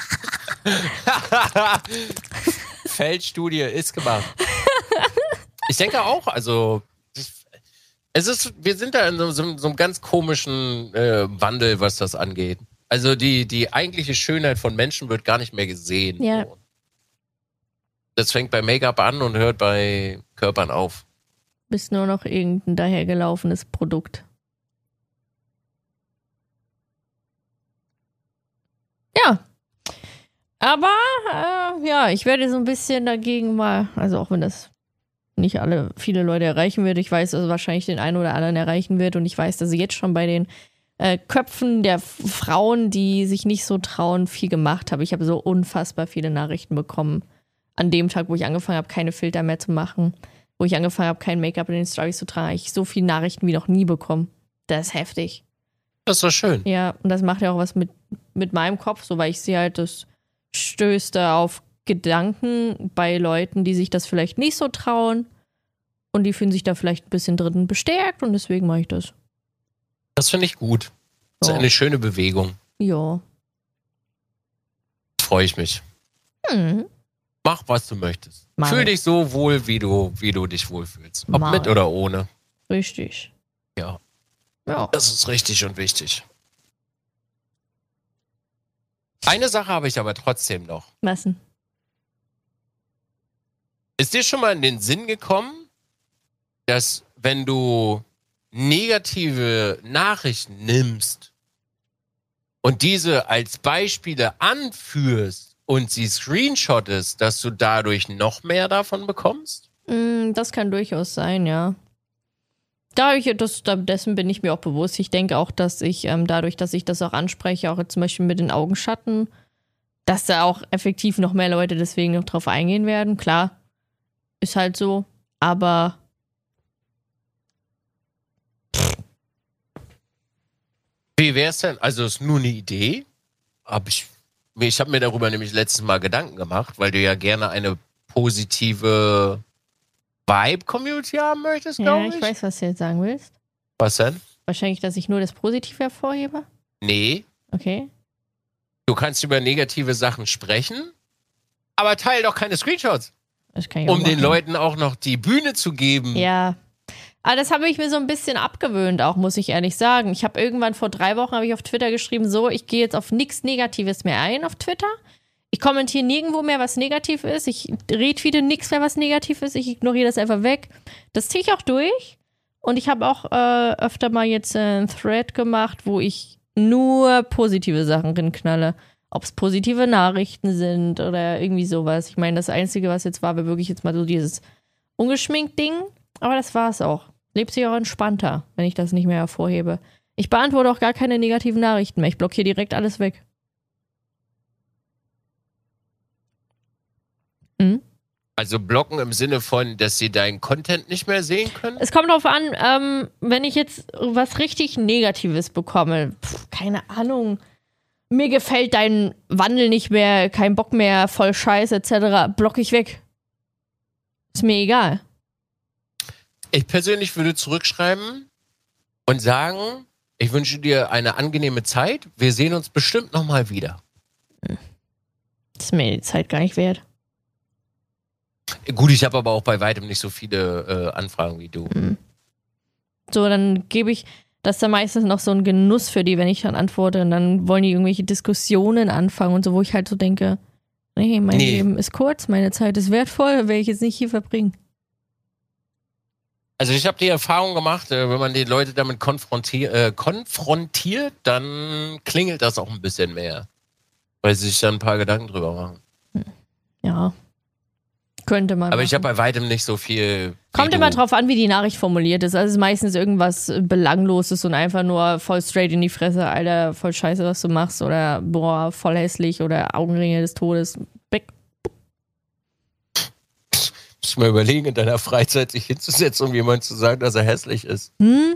Feldstudie ist gemacht. Ich denke auch, also es ist, wir sind da in so, so, so einem ganz komischen äh, Wandel, was das angeht. Also die, die eigentliche Schönheit von Menschen wird gar nicht mehr gesehen. Ja. So. Das fängt bei Make-up an und hört bei Körpern auf. Bist nur noch irgendein dahergelaufenes Produkt. Aber, äh, ja, ich werde so ein bisschen dagegen mal, also auch wenn das nicht alle, viele Leute erreichen wird, ich weiß, dass es wahrscheinlich den einen oder anderen erreichen wird und ich weiß, dass ich jetzt schon bei den äh, Köpfen der Frauen, die sich nicht so trauen, viel gemacht habe. Ich habe so unfassbar viele Nachrichten bekommen. An dem Tag, wo ich angefangen habe, keine Filter mehr zu machen, wo ich angefangen habe, kein Make-up in den Stories zu tragen, habe ich so viele Nachrichten wie noch nie bekommen. Das ist heftig. Das ist doch schön. Ja, und das macht ja auch was mit, mit meinem Kopf, so, weil ich sehe halt, das stößt da auf Gedanken bei Leuten, die sich das vielleicht nicht so trauen und die fühlen sich da vielleicht ein bisschen drin bestärkt und deswegen mache ich das. Das finde ich gut. Das ist Ja. eine schöne Bewegung. Ja. Freue ich mich. Hm. Mach, was du möchtest. Mach Fühl ich. dich so wohl, wie du, wie du dich wohlfühlst. Ob Mach mit ich. oder ohne. Richtig. Ja. Ja. Das ist richtig und wichtig. Eine Sache habe ich aber trotzdem noch. Was denn? Ist dir schon mal in den Sinn gekommen, dass wenn du negative Nachrichten nimmst und diese als Beispiele anführst und sie screenshottest, dass du dadurch noch mehr davon bekommst? Mm, das kann durchaus sein, ja. Dadurch, das, dessen bin ich mir auch bewusst. Ich denke auch, dass ich ähm, dadurch, dass ich das auch anspreche, auch zum Beispiel mit den Augenschatten, dass da auch effektiv noch mehr Leute deswegen noch drauf eingehen werden. Klar, ist halt so, aber Wie wär's denn? Also ist nur eine Idee, aber ich, ich habe mir darüber nämlich letztes Mal Gedanken gemacht, weil du ja gerne eine positive Vibe-Community haben möchtest, ja, glaube ich. ich weiß, was du jetzt sagen willst. Was denn? Wahrscheinlich, dass ich nur das Positive hervorhebe. Nee, Okay. du kannst über negative Sachen sprechen, aber teil doch keine Screenshots, Das kann ich auch um den machen. Leuten auch noch die Bühne zu geben. Ja. Aber das habe ich mir so ein bisschen abgewöhnt, auch muss ich ehrlich sagen. Ich habe irgendwann vor drei Wochen habe ich auf Twitter geschrieben, so, ich gehe jetzt auf nichts Negatives mehr ein auf Twitter. Ich kommentiere nirgendwo mehr, was negativ ist. Ich retweete nichts mehr, was negativ ist. Ich ignoriere das einfach weg. Das ziehe ich auch durch. Und ich habe auch äh, öfter mal jetzt äh, einen Thread gemacht, wo ich nur positive Sachen rinknalle. Ob es positive Nachrichten sind oder irgendwie sowas. Ich meine, das Einzige, was jetzt war, war wirklich jetzt mal so dieses ungeschminkt Ding. Aber das war es auch. Lebt sich auch entspannter, wenn ich das nicht mehr hervorhebe. Ich beantworte auch gar keine negativen Nachrichten mehr. Ich blockiere direkt alles weg. Hm? Also blocken im Sinne von, dass sie deinen Content nicht mehr sehen können? Es kommt darauf an, ähm, wenn ich jetzt was richtig Negatives bekomme, pf, keine Ahnung, mir gefällt dein Wandel nicht mehr, kein Bock mehr, voll Scheiß et cetera, block ich weg. Ist mir egal. Ich persönlich würde zurückschreiben und sagen, ich wünsche dir eine angenehme Zeit. Wir sehen uns bestimmt nochmal wieder. Ist mir die Zeit gar nicht wert. Gut, ich habe aber auch bei weitem nicht so viele äh, Anfragen wie du. So, dann gebe ich, das ist dann meistens noch so ein Genuss für die, wenn ich dann antworte und dann wollen die irgendwelche Diskussionen anfangen und so, wo ich halt so denke, nee, mein Nee. Leben ist kurz, meine Zeit ist wertvoll, werde ich jetzt nicht hier verbringen. Also ich habe die Erfahrung gemacht, äh, wenn man die Leute damit konfrontier äh, konfrontiert, dann klingelt das auch ein bisschen mehr. Weil sie sich dann ein paar Gedanken drüber machen. Ja. Könnte man. Aber ich machen. habe bei weitem nicht so viel. wie Kommt du. immer drauf an, wie die Nachricht formuliert ist. Also es ist meistens irgendwas Belangloses und einfach nur voll straight in die Fresse, Alter, voll scheiße, was du machst. Oder boah, voll hässlich oder Augenringe des Todes. Weg. Muss ich mal überlegen, in deiner Freizeit sich hinzusetzen, um jemandem zu sagen, dass er hässlich ist. Hm?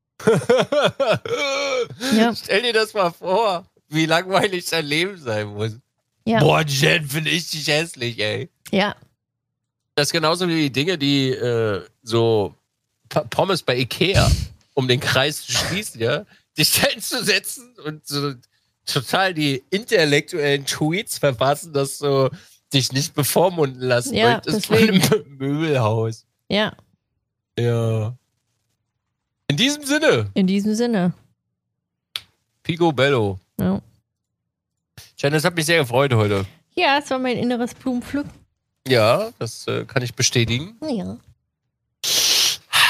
Ja. Stell dir das mal vor, wie langweilig dein Leben sein muss. Ja. Boah, Jen, finde ich dich hässlich, ey. Ja. Das ist genauso wie die Dinge, die äh, so P- Pommes bei Ikea, um den Kreis zu schließen, ja, dich da hinzusetzen und so total die intellektuellen Tweets verfassen, dass du dich nicht bevormunden lassen Ja, möchtest deswegen. von einem Möbelhaus. Ja. Ja. In diesem Sinne, In diesem Sinne. Picobello. Ja. Jen, das hat mich sehr gefreut heute. Ja, es war mein inneres Blumenpflücken. Ja, das äh, kann ich bestätigen. Ja.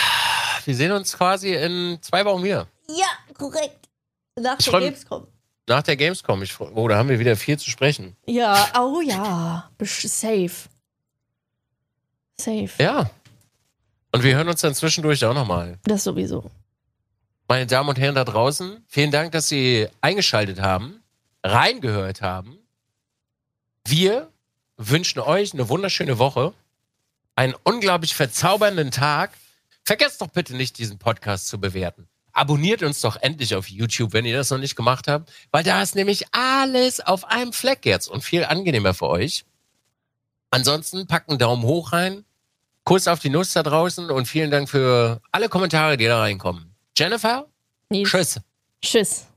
Wir sehen uns quasi in zwei Wochen wieder. Ja, korrekt. Nach Ich der freu- Gamescom. nach der Gamescom. Ich, oh, da haben wir wieder viel zu sprechen. Ja, oh ja. Safe. Safe. Ja. Und wir hören uns dann zwischendurch auch nochmal. Das sowieso. Meine Damen und Herren da draußen, vielen Dank, dass Sie eingeschaltet haben, reingehört haben. Wir wünschen euch eine wunderschöne Woche, einen unglaublich verzaubernden Tag. Vergesst doch bitte nicht, diesen Podcast zu bewerten. Abonniert uns doch endlich auf YouTube, wenn ihr das noch nicht gemacht habt, weil da ist nämlich alles auf einem Fleck jetzt und viel angenehmer für euch. Ansonsten packt einen Daumen hoch rein, Kuss auf die Nuss da draußen und vielen Dank für alle Kommentare, die da reinkommen. Jennifer, Yes. tschüss. Tschüss.